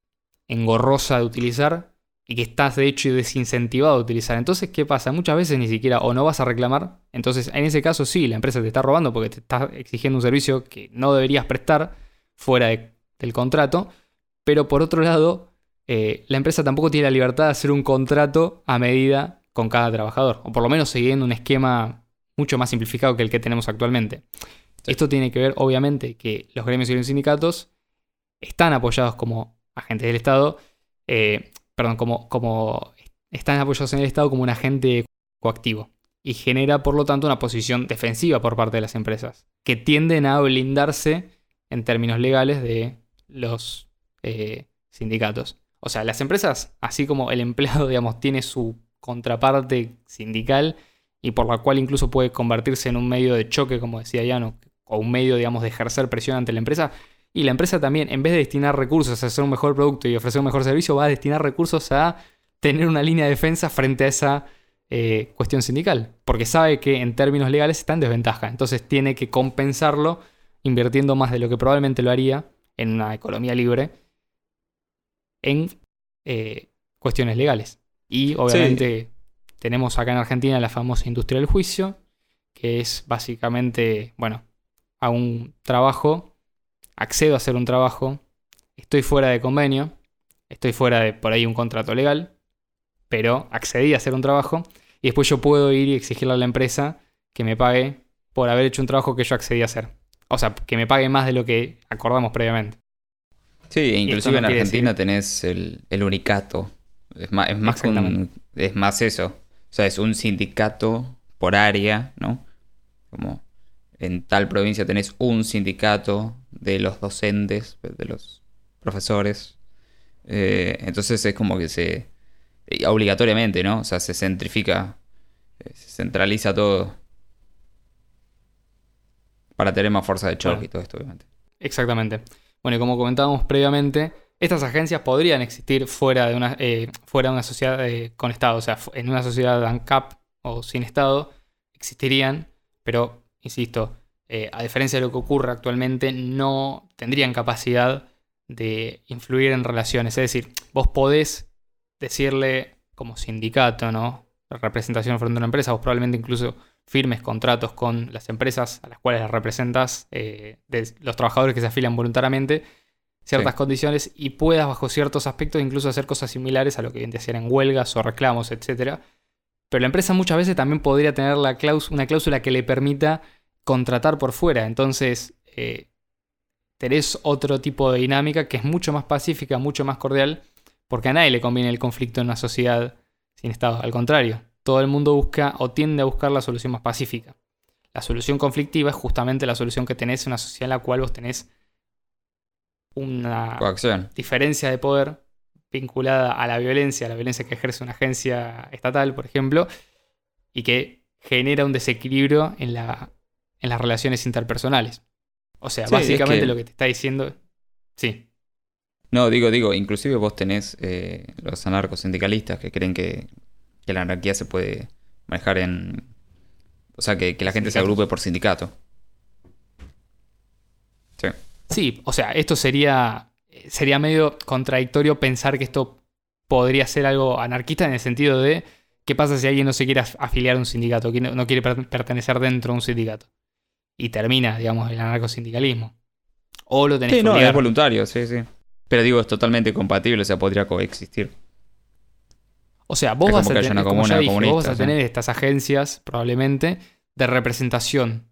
engorrosa de utilizar y que estás de hecho desincentivado de utilizar. Entonces, ¿qué pasa? Muchas veces ni siquiera o no vas a reclamar. Entonces, en ese caso sí, la empresa te está robando porque te está exigiendo un servicio que no deberías prestar fuera de- del contrato. Pero por otro lado, eh, la empresa tampoco tiene la libertad de hacer un contrato a medida con cada trabajador. O por lo menos siguiendo un esquema mucho más simplificado que el que tenemos actualmente. Sí. Esto tiene que ver, obviamente, que los gremios y los sindicatos están apoyados como agentes del Estado, eh, perdón, como, como están apoyados en el Estado como un agente coactivo y genera, por lo tanto, una posición defensiva por parte de las empresas, que tienden a blindarse en términos legales de los eh, sindicatos. O sea, las empresas, así como el empleado, digamos, tiene su contraparte sindical y por la cual incluso puede convertirse en un medio de choque, como decía Yano, o un medio, digamos, de ejercer presión ante la empresa. Y la empresa también, en vez de destinar recursos a hacer un mejor producto y ofrecer un mejor servicio, va a destinar recursos a tener una línea de defensa frente a esa eh, cuestión sindical. Porque sabe que en términos legales está en desventaja. Entonces tiene que compensarlo invirtiendo más de lo que probablemente lo haría en una economía libre en eh, cuestiones legales. Y obviamente sí, tenemos acá en Argentina la famosa industria del juicio, que es básicamente, bueno, a un trabajo, accedo a hacer un trabajo, estoy fuera de convenio, estoy fuera de por ahí un contrato legal, pero accedí a hacer un trabajo y después yo puedo ir y exigirle a la empresa que me pague por haber hecho un trabajo que yo accedí a hacer. O sea, que me pague más de lo que acordamos previamente. Sí, e inclusive no en quiere Argentina decir- tenés el, el unicato. Es más, es más que un- Exactamente. es más eso. O sea, es un sindicato por área, ¿no? Como en tal provincia tenés un sindicato de los docentes, de los profesores. Eh, entonces es como que se... eh, obligatoriamente, ¿no? O sea, se centrifica, eh, se centraliza todo para tener más fuerza de choque Bueno, y todo esto, obviamente. exactamente. Bueno, y como comentábamos previamente, estas agencias podrían existir fuera de una, eh, fuera de una sociedad eh, con Estado. O sea, fu- en una sociedad ANCAP o sin Estado existirían, pero, insisto, eh, a diferencia de lo que ocurre actualmente, no tendrían capacidad de influir en relaciones. Es decir, vos podés decirle como sindicato, ¿no? Representación frente a una empresa, vos probablemente incluso firmes contratos con las empresas a las cuales las representas, eh, de los trabajadores que se afilian voluntariamente, ciertas Sí. condiciones y puedas bajo ciertos aspectos incluso hacer cosas similares a lo que bien te hacían en huelgas o reclamos, etcétera. Pero la empresa muchas veces también podría tener la claus- una cláusula que le permita contratar por fuera. Entonces, eh, tenés otro tipo de dinámica que es mucho más pacífica, mucho más cordial, porque a nadie le conviene el conflicto en una sociedad sin Estado. Al contrario, todo el mundo busca o tiende a buscar la solución más pacífica. La solución conflictiva es justamente la solución que tenés en una sociedad en la cual vos tenés una Coacción. diferencia de poder vinculada a la violencia, a la violencia que ejerce una agencia estatal, por ejemplo, y que genera un desequilibrio en, la, en las relaciones interpersonales. O sea, Sí, es básicamente que... lo que te está diciendo... Sí, No, digo, digo, inclusive vos tenés eh, los anarcosindicalistas que creen que, que la anarquía se puede manejar en... O sea, que, que la gente se sindicatos. agrupe por sindicato. Sí, o sea, esto sería, sería medio contradictorio pensar que esto podría ser algo anarquista en el sentido de qué pasa si alguien no se quiere afiliar a un sindicato, que no, no quiere per- pertenecer dentro de un sindicato. Y termina, digamos, el anarcosindicalismo. O lo tenés Sí, que no, es obligar. voluntario, sí, sí. Pero digo, es totalmente compatible, o sea, podría coexistir. O sea, vos Es vas como a que haya tener, una como ya comuna dije, vos vas comunista, a sí. tener estas agencias, probablemente, de representación,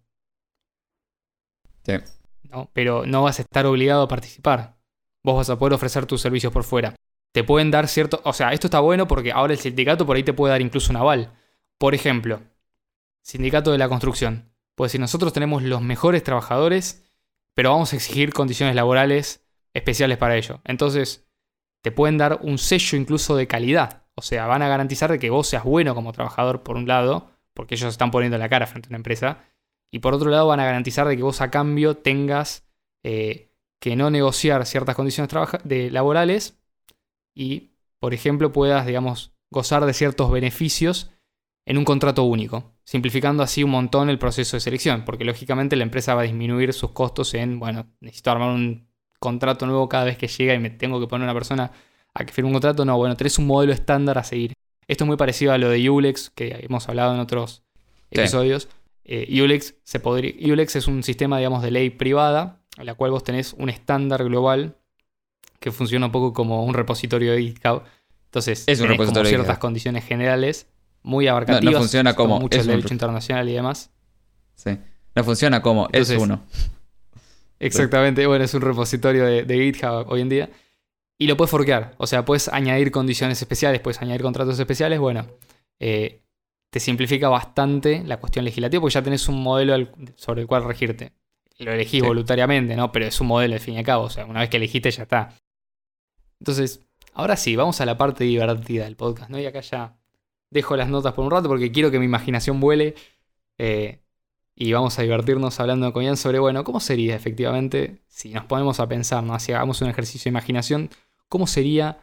Sí. ¿no? Pero no vas a estar obligado a participar. Vos vas a poder ofrecer tus servicios por fuera. Te pueden dar cierto... O sea, esto está bueno porque ahora el sindicato por ahí te puede dar incluso un aval. Por ejemplo, sindicato de la construcción. Puede decir, nosotros tenemos los mejores trabajadores, pero vamos a exigir condiciones laborales especiales para ello. Entonces, te pueden dar un sello incluso de calidad. O sea, van a garantizar de que vos seas bueno como trabajador, por un lado, porque ellos están poniendo la cara frente a una empresa. Y por otro lado, van a garantizar de que vos a cambio tengas eh, que no negociar ciertas condiciones trabaja- de laborales y, por ejemplo, puedas, digamos, gozar de ciertos beneficios en un contrato único, simplificando así un montón el proceso de selección, porque lógicamente la empresa va a disminuir sus costos en, bueno, necesito armar un contrato nuevo cada vez que llega y me tengo que poner una persona a que firme un contrato. No, bueno, tenés un modelo estándar a seguir. Esto es muy parecido a lo de Ulex, que hemos hablado en otros Sí. episodios. Eh, Ulex, se podría, Ulex es un sistema, digamos, de ley privada, en la cual vos tenés un estándar global que funciona un poco como un repositorio de GitHub. Entonces, Es un tenés como repositorio de ciertas GitHub. condiciones generales muy No, abarcativas, no funciona como... mucho Es el un... derecho internacional y demás. Sí. No funciona como... Entonces, es uno. Exactamente, bueno, es un repositorio de, de GitHub hoy en día. Y lo puedes forkear, o sea, puedes añadir condiciones especiales, puedes añadir contratos especiales. Bueno, eh, te simplifica bastante la cuestión legislativa porque ya tenés un modelo al- sobre el cual regirte. Lo elegís Sí. voluntariamente, ¿no? Pero es un modelo al fin y al cabo, o sea, una vez que elegiste ya está. Entonces, ahora sí, vamos a la parte divertida del podcast, ¿no? Y acá ya dejo las notas por un rato porque quiero que mi imaginación vuele. eh, y vamos a divertirnos hablando con Ian sobre, bueno, ¿cómo sería efectivamente, si nos ponemos a pensar, ¿no? Si hagamos un ejercicio de imaginación, cómo sería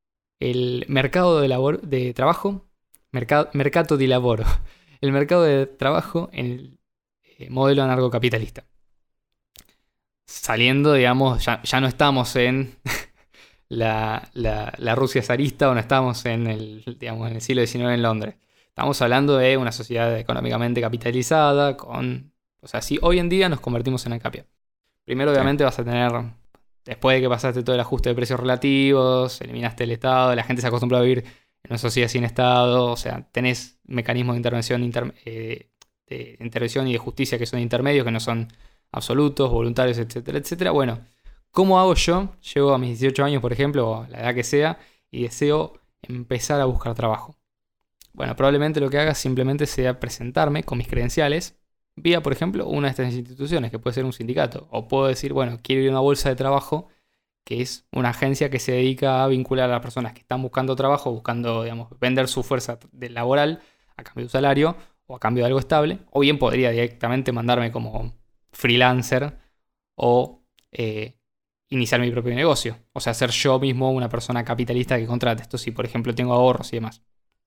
el mercado de, labor, de trabajo, mercado, mercato di lavoro, el mercado de trabajo en el eh, modelo anarcocapitalista? Saliendo, digamos, ya, ya no estamos en la, la, la Rusia zarista o no estamos en el, digamos, en el siglo diecinueve en Londres. Estamos hablando de una sociedad económicamente capitalizada, con... O sea, si hoy en día nos convertimos en ANCAP. Primero, Sí. obviamente, vas a tener... Después de que pasaste todo el ajuste de precios relativos, eliminaste el Estado, la gente se acostumbró a vivir en una sociedad sin Estado, o sea, tenés mecanismos de intervención, inter- eh, de intervención y de justicia que son intermedios, que no son absolutos, voluntarios, etcétera, etcétera. Bueno, ¿cómo hago yo? Llego a mis dieciocho años, por ejemplo, o la edad que sea, y deseo empezar a buscar trabajo. Bueno, probablemente lo que haga simplemente sea presentarme con mis credenciales vía, por ejemplo, una de estas instituciones, que puede ser un sindicato. O puedo decir, bueno, quiero ir a una bolsa de trabajo, que es una agencia que se dedica a vincular a las personas que están buscando trabajo, buscando, digamos, vender su fuerza de laboral a cambio de un salario o a cambio de algo estable. O bien podría directamente mandarme como freelancer o eh, iniciar mi propio negocio. O sea, ser yo mismo una persona capitalista que contrate. Esto si, por ejemplo, tengo ahorros y demás.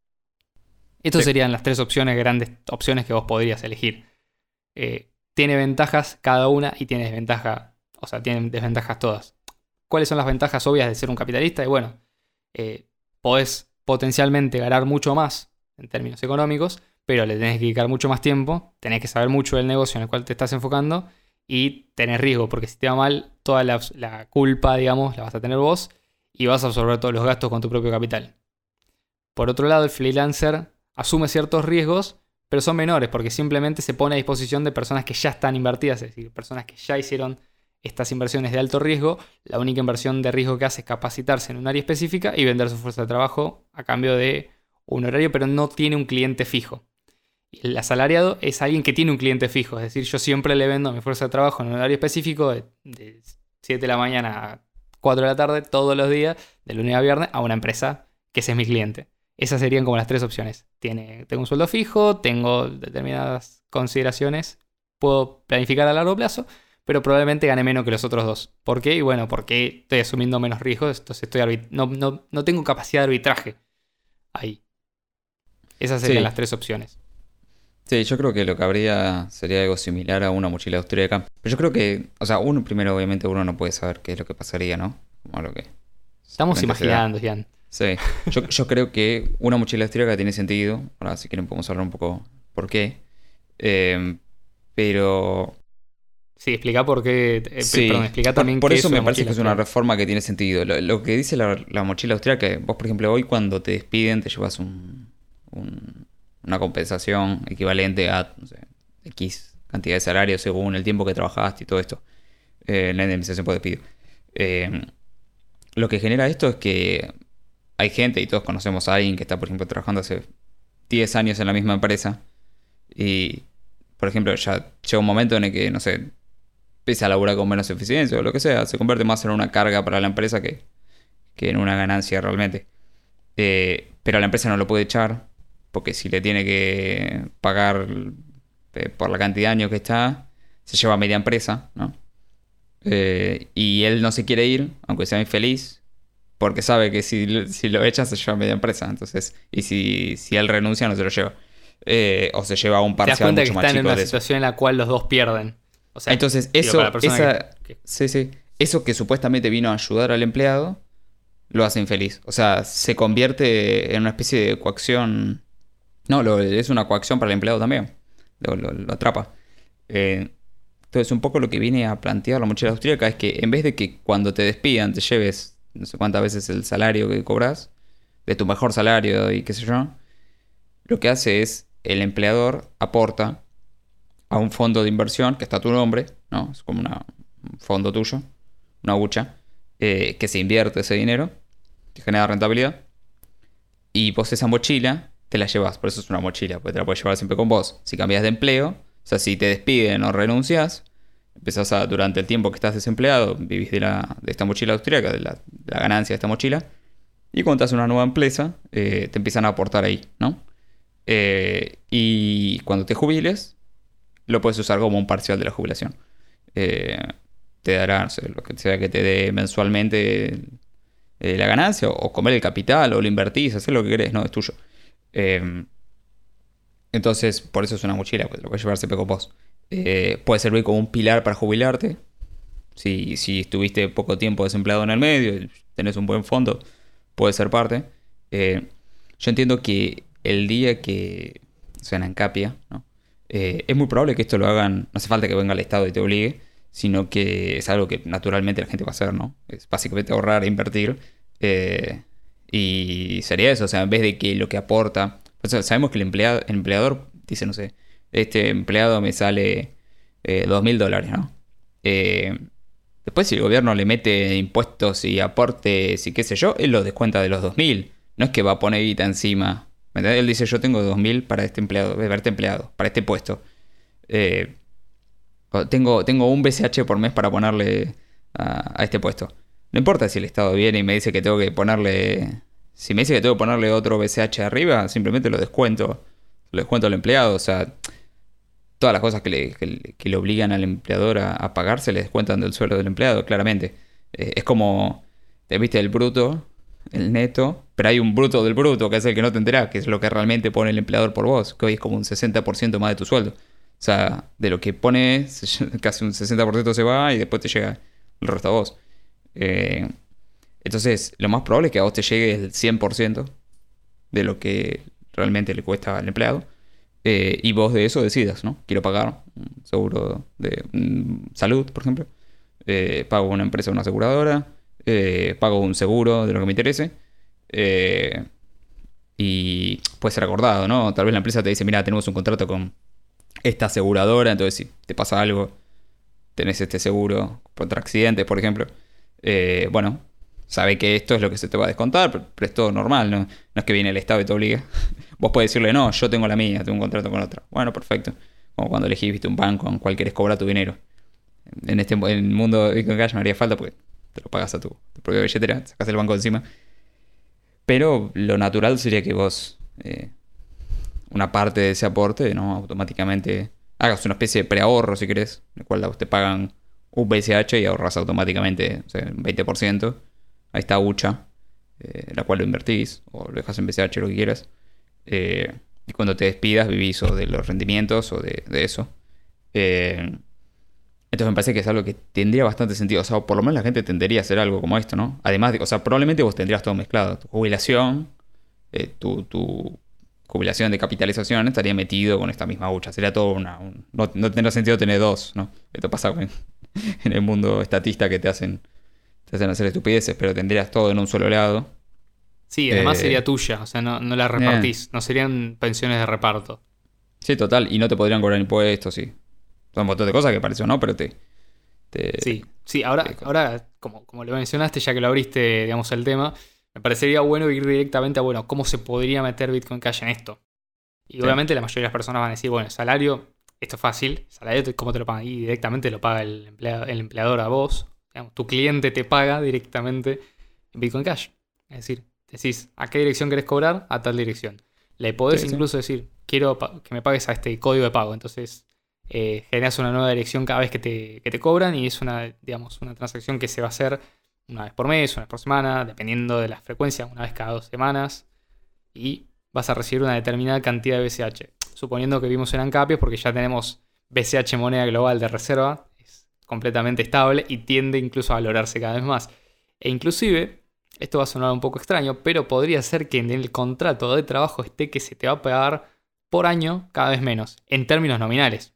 Estas Sí. serían las tres opciones, grandes opciones que vos podrías elegir. Eh, tiene ventajas cada una y tiene desventaja, o sea, tienen desventajas todas. ¿Cuáles son las ventajas obvias de ser un capitalista? Y bueno, eh, podés potencialmente ganar mucho más en términos económicos, pero le tenés que dedicar mucho más tiempo, tenés que saber mucho del negocio en el cual te estás enfocando y tenés riesgo, porque si te va mal, toda la, la culpa, digamos, la vas a tener vos y vas a absorber todos los gastos con tu propio capital. Por otro lado, el freelancer asume ciertos riesgos, pero son menores porque simplemente se pone a disposición de personas que ya están invertidas, es decir, personas que ya hicieron estas inversiones de alto riesgo. La única inversión de riesgo que hace es capacitarse en un área específica y vender su fuerza de trabajo a cambio de un horario, pero no tiene un cliente fijo. Y el asalariado es alguien que tiene un cliente fijo, es decir, yo siempre le vendo mi fuerza de trabajo en un horario específico de, de siete de la mañana a cuatro de la tarde todos los días, de lunes a viernes, a una empresa que ese es mi cliente. Esas serían como las tres opciones. Tiene, tengo un sueldo fijo, tengo determinadas consideraciones, puedo planificar a largo plazo, pero probablemente gane menos que los otros dos. ¿Por qué? Y bueno, porque estoy asumiendo menos riesgos, entonces estoy arbit- no, no, no tengo capacidad de arbitraje ahí. Esas serían Sí. las tres opciones. Sí, yo creo que lo que habría sería algo similar a una mochila austríaca. Pero yo creo que, o sea, uno primero obviamente uno no puede saber qué es lo que pasaría, ¿no? Como lo que Estamos simplemente se da. imaginando, Ian. Sí, yo, yo creo que una mochila austríaca tiene sentido. Ahora, si quieren podemos hablar un poco por qué. Eh, pero Sí, explica por qué. eh, pe- perdón, sí, explica por, también por qué es eso una me parece mochila que es una austríaca. reforma que tiene sentido. Lo, lo que dice la, la mochila austríaca, vos por ejemplo hoy cuando te despiden te llevas un, un- una compensación equivalente a, no sé, X cantidad de salario según el tiempo que trabajaste y todo esto. Eh, la indemnización por despido. Eh, lo que genera esto es que hay gente, y todos conocemos a alguien que está, por ejemplo, trabajando hace diez años en la misma empresa. Y, por ejemplo, ya llega un momento en el que, no sé, empieza a laburar con menos eficiencia o lo que sea. Se convierte más en una carga para la empresa que, que en una ganancia realmente. Eh, pero la empresa no lo puede echar, porque si le tiene que pagar eh, por la cantidad de años que está, se lleva a media empresa, ¿no? Eh, y él no se quiere ir, aunque sea infeliz, porque sabe que si, si lo echa se lleva a media empresa. Entonces, y si, si él renuncia, no se lo lleva. Eh, o se lleva un Te das parcial cuenta que mucho más están en chico una de eso. situación en la cual los dos pierden. O sea, Entonces, digo, para la eso, persona esa, que, que- sí, sí, eso que supuestamente vino a ayudar al empleado, lo hace infeliz. O sea, se convierte en una especie de coacción. No, lo- es una coacción para el empleado también. Lo, lo- lo atrapa. Eh, entonces, un poco lo que viene a plantear la mochila austríaca es que en vez de que cuando te despidan te lleves no sé cuántas veces el salario que cobras, de tu mejor salario y qué sé yo, lo que hace es el empleador aporta a un fondo de inversión que está a tu nombre, ¿no? Es como una- un fondo tuyo, una hucha, eh, que se invierte ese dinero, que genera rentabilidad, y vos esa mochila te la llevas, por eso es una mochila, porque te la puedes llevar siempre con vos. Si cambias de empleo, o sea, si te despiden o renuncias, empezás a, durante el tiempo que estás desempleado, vivís de, la, de esta mochila austríaca, de la, de la ganancia de esta mochila, y cuando te haces una nueva empresa, eh, te empiezan a aportar ahí, ¿no? Eh, y cuando te jubiles, lo puedes usar como un parcial de la jubilación. Eh, te dará, no sé, lo que sea que te dé mensualmente eh, la ganancia, o, o comer el capital, o lo invertís, hacer lo que querés, ¿no? Es tuyo. Eh, entonces, por eso es una mochila, pues lo puedes llevar siempre con vos. Eh, puede servir como un pilar para jubilarte. Si, si estuviste poco tiempo desempleado en el medio, y tenés un buen fondo, puede ser parte. Eh, yo entiendo que el día que suena en Capia, ¿no? Eh, es muy probable que esto lo hagan, no hace falta que venga el Estado y te obligue, sino que es algo que naturalmente la gente va a hacer, ¿no? Es básicamente ahorrar e invertir. eh, y sería eso, o sea, en vez de que lo que aporta, o sea, sabemos que el empleado, el empleador dice, no sé, este empleado me sale eh, dos mil dólares, ¿no? Eh, Después, si el gobierno le mete impuestos y aportes y qué sé yo, él lo descuenta de los dos mil. No es que va a poner guita encima. ¿Me entendés? Él dice, yo tengo dos mil para este empleado, para este empleado, para este puesto. Eh, o tengo, tengo un B C H por mes para ponerle a, a este puesto. No importa si el Estado viene y me dice que tengo que ponerle... Si me dice que tengo que ponerle otro B C H arriba, simplemente lo descuento. Lo descuento al empleado. O sea, todas las cosas que le, que le- que le obligan al empleador a, a pagar se le descuentan del sueldo del empleado, claramente. Eh, es como, te viste el bruto, el neto, pero hay un bruto del bruto, que es el que no te enterás, que es lo que realmente pone el empleador por vos, que hoy es como un sesenta por ciento más de tu sueldo. O sea, de lo que pone, se- casi un sesenta por ciento se va y después te llega el resto a vos. Eh, entonces, lo más probable es que a vos te llegue el cien por ciento de lo que realmente le cuesta al empleado. Eh, y vos de eso decidas, ¿no? Quiero pagar un seguro de mm, salud, por ejemplo. Eh, pago una empresa, una aseguradora. Eh, pago un seguro de lo que me interese. Eh, y puede ser acordado, ¿no? Tal vez la empresa te dice, mira, tenemos un contrato con esta aseguradora, entonces si te pasa algo, tenés este seguro contra accidentes, por ejemplo. Eh, bueno, sabe que esto es lo que se te va a descontar, pero, pero es todo normal, ¿no? No es que viene el Estado y te obliga. Vos podés decirle, no, yo tengo la mía, tengo un contrato con otra. Bueno, perfecto. Como cuando elegís, viste, un banco en cual querés cobrar tu dinero. En este en el mundo de Bitcoin Cash no haría falta porque te lo pagas a tu, tu propia billetera, sacas el banco encima. Pero lo natural sería que vos, eh, una parte de ese aporte, ¿no? Automáticamente hagas una especie de preahorro, si querés, en el cual a vos te pagan un B C H y ahorras automáticamente, o sea, un veinte por ciento. Ahí está Ucha, eh, la cual lo invertís, o lo dejas en B C H, lo que quieras. Eh, y cuando te despidas vivís o de los rendimientos o de, de eso. Eh, entonces me parece que es algo que tendría bastante sentido. O sea, por lo menos la gente tendería a hacer algo como esto, ¿no? Además de, o sea, probablemente vos tendrías todo mezclado. Tu jubilación, eh, tu, tu jubilación de capitalización estaría metido con esta misma hucha. Sería todo una... Un, no, no tendría sentido tener dos, ¿no? Esto pasa en, en el mundo estatista que te hacen, te hacen hacer estupideces, pero tendrías todo en un solo lado. Sí, además Eh, sería tuya, o sea, no, no la repartís, no serían pensiones de reparto. Sí, total. Y no te podrían cobrar impuestos, sí. Son un montón de cosas que pareció, ¿no? Pero te... te Sí, sí, ahora, te- ahora como, como lo mencionaste, ya que lo abriste, digamos, el tema, me parecería bueno ir directamente a, bueno, ¿cómo se podría meter Bitcoin Cash en esto? Y Sí. obviamente la mayoría de las personas van a decir, bueno, salario, esto es fácil, salario, ¿cómo te lo pagan? Y directamente lo paga el, emplea- el empleador a vos, digamos, tu cliente te paga directamente en Bitcoin Cash. Es decir, decís, ¿a qué dirección querés cobrar? A tal dirección. Le podés Sí, sí. incluso decir, quiero pa- que me pagues a este código de pago. Entonces, eh, generas una nueva dirección cada vez que te, que te cobran y es una, digamos, una transacción que se va a hacer una vez por mes, una vez por semana, dependiendo de la frecuencia, una vez cada dos semanas. Y vas a recibir una determinada cantidad de B C H. Suponiendo que vimos en Ancapios, porque ya tenemos B C H moneda global de reserva, es completamente estable y tiende incluso a valorarse cada vez más. E inclusive, esto va a sonar un poco extraño, pero podría ser que en el contrato de trabajo esté que se te va a pagar por año cada vez menos, en términos nominales.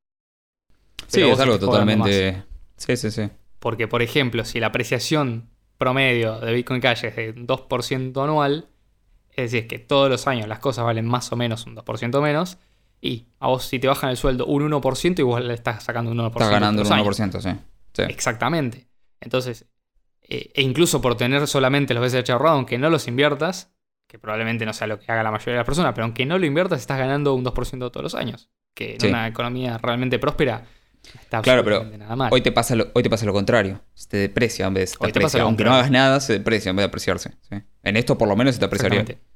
Sí, Pero es vos algo estés cobrando más. totalmente... Sí, sí, sí. Porque, por ejemplo, si la apreciación promedio de Bitcoin Cash es de dos por ciento anual, es decir, que todos los años las cosas valen más o menos un dos por ciento menos, y a vos si te bajan el sueldo un uno por ciento y vos le estás sacando un uno por ciento Estás ganando un todos uno los por años. ciento, sí. Sí. Exactamente. Entonces, eh, e incluso por tener solamente los B C H ahorrados, aunque no los inviertas, que probablemente no sea lo que haga la mayoría de las personas, pero aunque no lo inviertas, estás ganando un dos por ciento todos los años. Que en Sí. una economía realmente próspera está Claro, pero absolutamente nada mal. hoy te, pasa lo, hoy te pasa lo contrario. Se te deprecia en vez de Hoy te pasa aprecia. lo Aunque no contrario. hagas nada, se deprecia en vez de apreciarse. ¿Sí? En esto por lo menos se te apreciaría. Exactamente.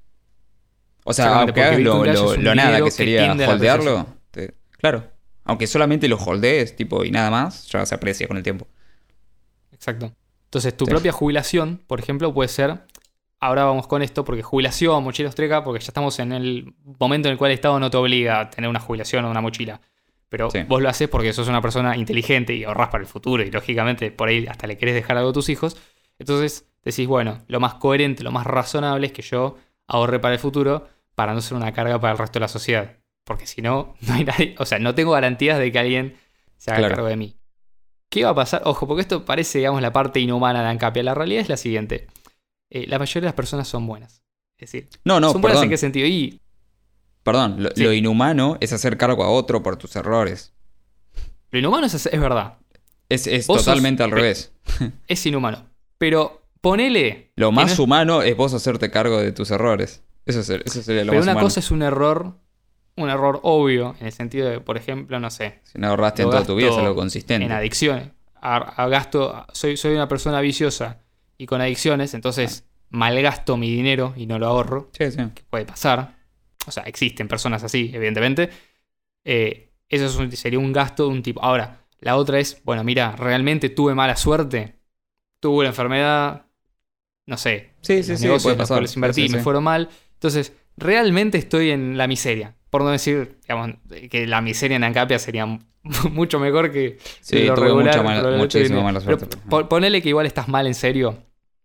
O sea, Exactamente, aunque porque hagas lo, Bitcoin Cash lo- es un lo nada dinero que que sería tiende a la holdearlo. te- claro. Aunque solamente lo holdees, tipo, y nada más, ya se aprecia con el tiempo. Exacto. Entonces, tu Sí. propia jubilación, por ejemplo, puede ser. Ahora vamos con esto, porque jubilación, mochila austríaca, porque ya estamos en el momento en el cual el Estado no te obliga a tener una jubilación o una mochila. Pero Sí. vos lo haces porque sos una persona inteligente y ahorrás para el futuro y lógicamente por ahí hasta le querés dejar algo a tus hijos. Entonces decís, bueno, lo más coherente, lo más razonable es que yo ahorre para el futuro para no ser una carga para el resto de la sociedad. Porque si no, no hay nadie, o sea, no tengo garantías de que alguien se haga Claro. cargo de mí. ¿Qué va a pasar? Ojo, porque esto parece, digamos, la parte inhumana de Ancapia. La realidad es la siguiente. Eh, la mayoría de las personas son buenas. Es decir, No, no, son buenas en perdón. qué sentido. Y Perdón, lo, Sí. lo inhumano es hacer cargo a otro por tus errores. lo inhumano es, es verdad. Es, es Vos sos- totalmente al pe- revés. Es inhumano. Pero ponele. Lo que más no es- humano es vos hacerte cargo de tus errores. Eso, es- eso sería lo Pero más una humano. cosa es un error. Un error obvio. En el sentido de, por ejemplo, no sé. Si no ahorraste lo en toda tu vida, es gasto algo consistente. En adicciones. A, a gasto. Soy, soy una persona viciosa y con adicciones. Entonces malgasto mi dinero y no lo ahorro. Sí, sí. Que puede pasar. O sea, existen personas así, evidentemente. Eh, eso es un- sería un gasto de un tipo. Ahora, la otra es, bueno, mira, realmente tuve mala suerte. Tuve una enfermedad. No sé. Sí, los sí, sí, negocios puede en los pasar. cuales invertí Sí, y sí, me sí. fueron mal. Entonces, realmente estoy en la miseria. Por no decir, digamos, que la miseria en Ancapia sería mucho mejor que Sí, lo tuve regular, mucha mala- probablemente muchísima hoy en día. mala suerte. Pero po- ponele que igual estás mal en serio.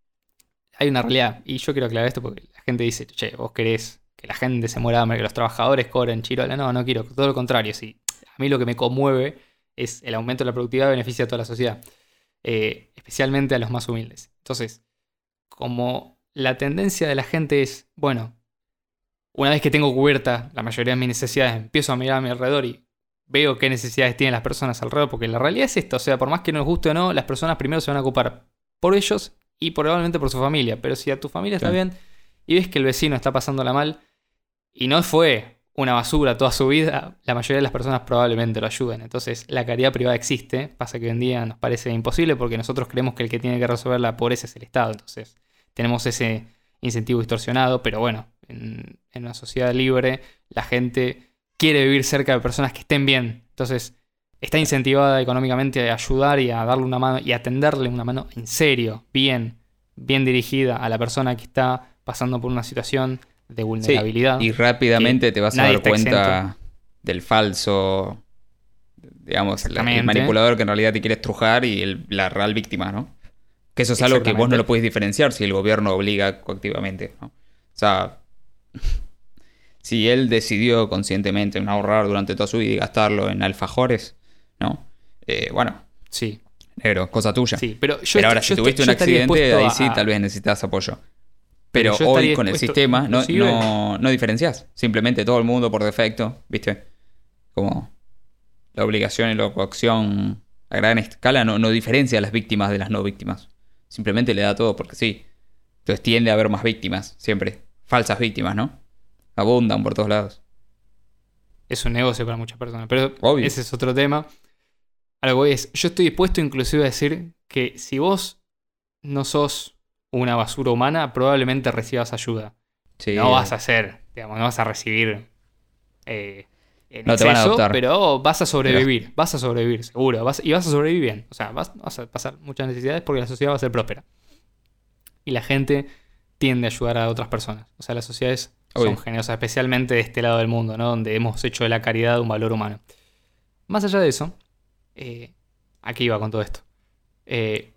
Hay una realidad. Y yo quiero aclarar esto porque la gente dice, che, vos querés que la gente se muera de hambre, que los trabajadores cobren chirola. No, no quiero. Todo lo contrario. Sí. A mí lo que me conmueve es el aumento de la productividad que beneficia a toda la sociedad. Eh, especialmente a los más humildes. Entonces, como la tendencia de la gente es, bueno, una vez que tengo cubierta la mayoría de mis necesidades, empiezo a mirar a mi alrededor y veo qué necesidades tienen las personas alrededor, porque la realidad es esto, o sea, por más que nos guste o no, las personas primero se van a ocupar por ellos y probablemente por su familia, pero si a tu familia está Claro. bien y ves que el vecino está pasándola mal y no fue una basura toda su vida, la mayoría de las personas probablemente lo ayuden. Entonces, la caridad privada existe, pasa que hoy en día nos parece imposible porque nosotros creemos que el que tiene que resolver la pobreza es el Estado, entonces tenemos ese incentivo distorsionado, pero bueno, en, en una sociedad libre la gente quiere vivir cerca de personas que estén bien, entonces está incentivada económicamente a ayudar y a darle una mano y a tenderle una mano en serio, bien, bien dirigida a la persona que está pasando por una situación de vulnerabilidad. Sí, y rápidamente te vas a dar cuenta exento. del falso, digamos, el, el manipulador que en realidad te quiere estrujar y el, la real víctima, ¿no? Que eso es algo que vos no lo podés diferenciar si el gobierno obliga coactivamente, ¿no? O sea, si él decidió conscientemente no ahorrar durante toda su vida y gastarlo en alfajores, ¿no? Eh, bueno, sí. Negro, cosa tuya. Sí, pero yo pero ahora, est- si yo tuviste est- un yo estaría accidente, ahí dispuesto sí a- tal vez necesitas apoyo. Pero, Pero yo hoy estaría con el dispuesto, sistema no, inclusive- no, no diferencias. Simplemente todo el mundo por defecto, ¿viste? Como la obligación y la coacción a gran escala no, no diferencia a las víctimas de las no víctimas. Simplemente le da todo porque sí. Entonces tiende a haber más víctimas, siempre. Falsas víctimas, ¿no? Abundan por todos lados. Es un negocio para muchas personas. Pero Obvio. ese es otro tema. Algo es, yo estoy dispuesto inclusive a decir que si vos no sos una basura humana, probablemente recibas ayuda. Sí. No vas a ser, digamos, no vas a recibir eh, en No te van a exceso, adoptar. pero vas a sobrevivir. Vas a sobrevivir, seguro. Vas- y vas a sobrevivir bien. O sea, vas, vas a pasar muchas necesidades porque la sociedad va a ser próspera. Y la gente tiende a ayudar a otras personas. O sea, las sociedades Obvio. son generosas, especialmente de este lado del mundo, ¿no? Donde hemos hecho de la caridad un valor humano. Más allá de eso, eh, aquí iba con todo esto. Eh,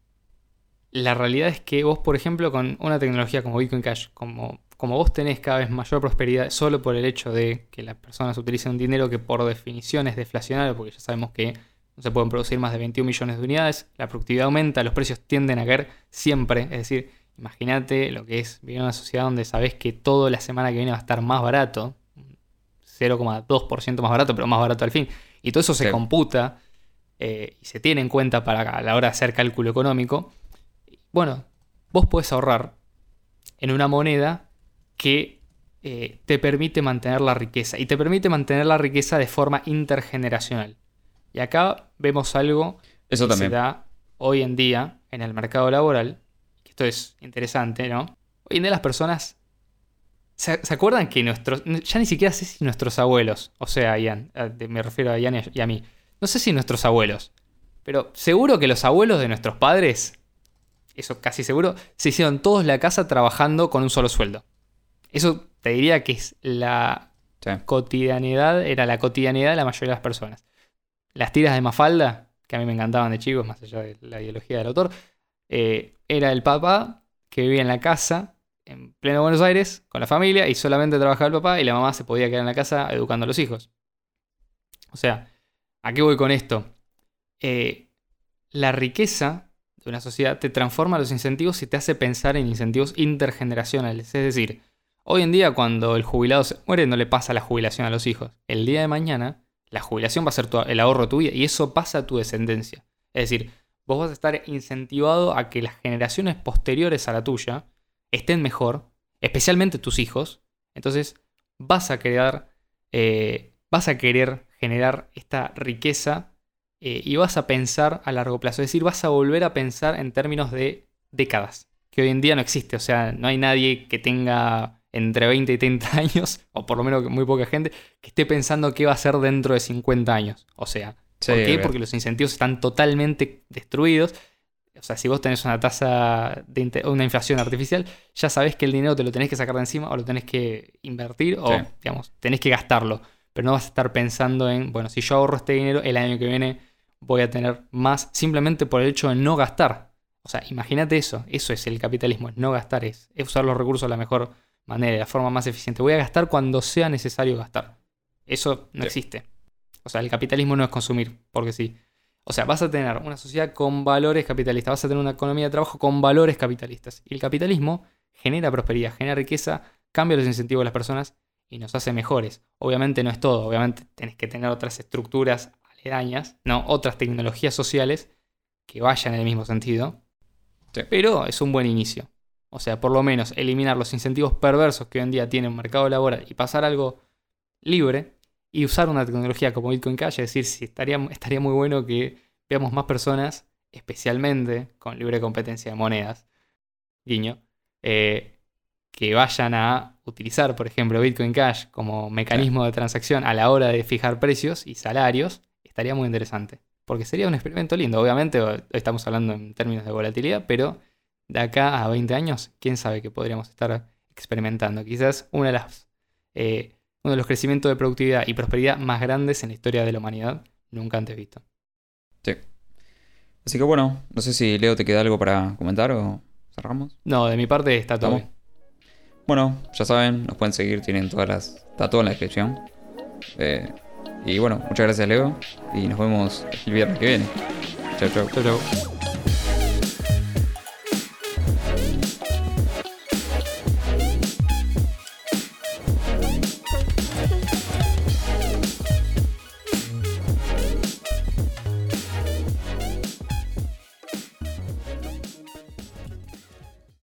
la realidad es que vos, por ejemplo, con una tecnología como Bitcoin Cash, como, como vos tenés cada vez mayor prosperidad solo por el hecho de que las personas utilicen un dinero que por definición es deflacionario, porque ya sabemos que no se pueden producir más de veintiún millones de unidades, la productividad aumenta, los precios tienden a caer siempre. Es decir, imagínate lo que es vivir en una sociedad donde sabés que todo la semana que viene va a estar más barato, cero coma dos por ciento más barato, pero más barato al fin. Y todo eso se Sí. computa eh, y se tiene en cuenta para a la hora de hacer cálculo económico. Bueno, vos podés ahorrar en una moneda que eh, te permite mantener la riqueza. Y te permite mantener la riqueza de forma intergeneracional. Y acá vemos algo Eso que también. se da hoy en día en el mercado laboral. Esto es interesante, ¿no? Hoy en día las personas... ¿Se, se acuerdan que nuestros... Ya ni siquiera sé si nuestros abuelos, o sea, Ian, eh, me refiero a Ian y a mí. No sé si nuestros abuelos, pero seguro que los abuelos de nuestros padres, eso casi seguro, se hicieron todos la casa trabajando con un solo sueldo. Eso te diría que es la Sí. cotidianidad, era la cotidianidad de la mayoría de las personas. Las tiras de Mafalda, que a mí me encantaban de chicos, más allá de la ideología del autor, eh, era el papá que vivía en la casa, en pleno Buenos Aires, con la familia, y solamente trabajaba el papá y la mamá se podía quedar en la casa educando a los hijos. O sea, ¿a qué voy con esto? Eh, la riqueza de una sociedad te transforma los incentivos y te hace pensar en incentivos intergeneracionales. Es decir, hoy en día cuando el jubilado se muere no le pasa la jubilación a los hijos. El día de mañana la jubilación va a ser tu- el ahorro de tu vida y eso pasa a tu descendencia. Es decir, vos vas a estar incentivado a que las generaciones posteriores a la tuya estén mejor, especialmente tus hijos. Entonces vas a querer, eh, vas a querer generar esta riqueza eh, y vas a pensar a largo plazo. Es decir, vas a volver a pensar en términos de décadas, que hoy en día no existe. O sea, no hay nadie que tenga entre veinte y treinta años, o por lo menos muy poca gente, que esté pensando qué va a ser dentro de cincuenta años. O sea, Sí, ¿por qué? obvio. Porque los incentivos están totalmente destruidos. O sea, si vos tenés una tasa de inte- una inflación artificial, ya sabés que el dinero te lo tenés que sacar de encima o lo tenés que invertir o, Sí. digamos, tenés que gastarlo. Pero no vas a estar pensando en, bueno, si yo ahorro este dinero, el año que viene voy a tener más simplemente por el hecho de no gastar. O sea, imagínate eso. Eso es el capitalismo, es no gastar, es, es usar los recursos de la mejor manera, de la forma más eficiente. Voy a gastar cuando sea necesario gastar. Eso no Sí. existe. O sea, el capitalismo no es consumir, porque sí. O sea, vas a tener una sociedad con valores capitalistas, vas a tener una economía de trabajo con valores capitalistas. Y el capitalismo genera prosperidad, genera riqueza, cambia los incentivos de las personas y nos hace mejores. Obviamente no es todo, obviamente tenés que tener otras estructuras aledañas, ¿no? Otras tecnologías sociales que vayan en el mismo sentido. Sí. Pero es un buen inicio. O sea, por lo menos eliminar los incentivos perversos que hoy en día tiene un mercado laboral y pasar a algo libre y usar una tecnología como Bitcoin Cash. Es decir, si estaría, estaría muy bueno que veamos más personas, especialmente con libre competencia de monedas, guiño, eh, que vayan a utilizar, por ejemplo, Bitcoin Cash como mecanismo de transacción a la hora de fijar precios y salarios. Estaría muy interesante. Porque sería un experimento lindo. Obviamente, hoy estamos hablando en términos de volatilidad, pero de acá a veinte años, quién sabe qué podríamos estar experimentando. Quizás una de las, eh, uno de los crecimientos de productividad y prosperidad más grandes en la historia de la humanidad, nunca antes visto. Sí. Así que bueno, no sé si Leo te queda algo para comentar o cerramos. No, de mi parte está todo ¿Estamos? bien. Bueno, ya saben, nos pueden seguir, tienen todas las. Está todo en la descripción. Eh, y bueno, muchas gracias Leo. Y nos vemos el viernes que viene. Chau, chau. Chau, chau.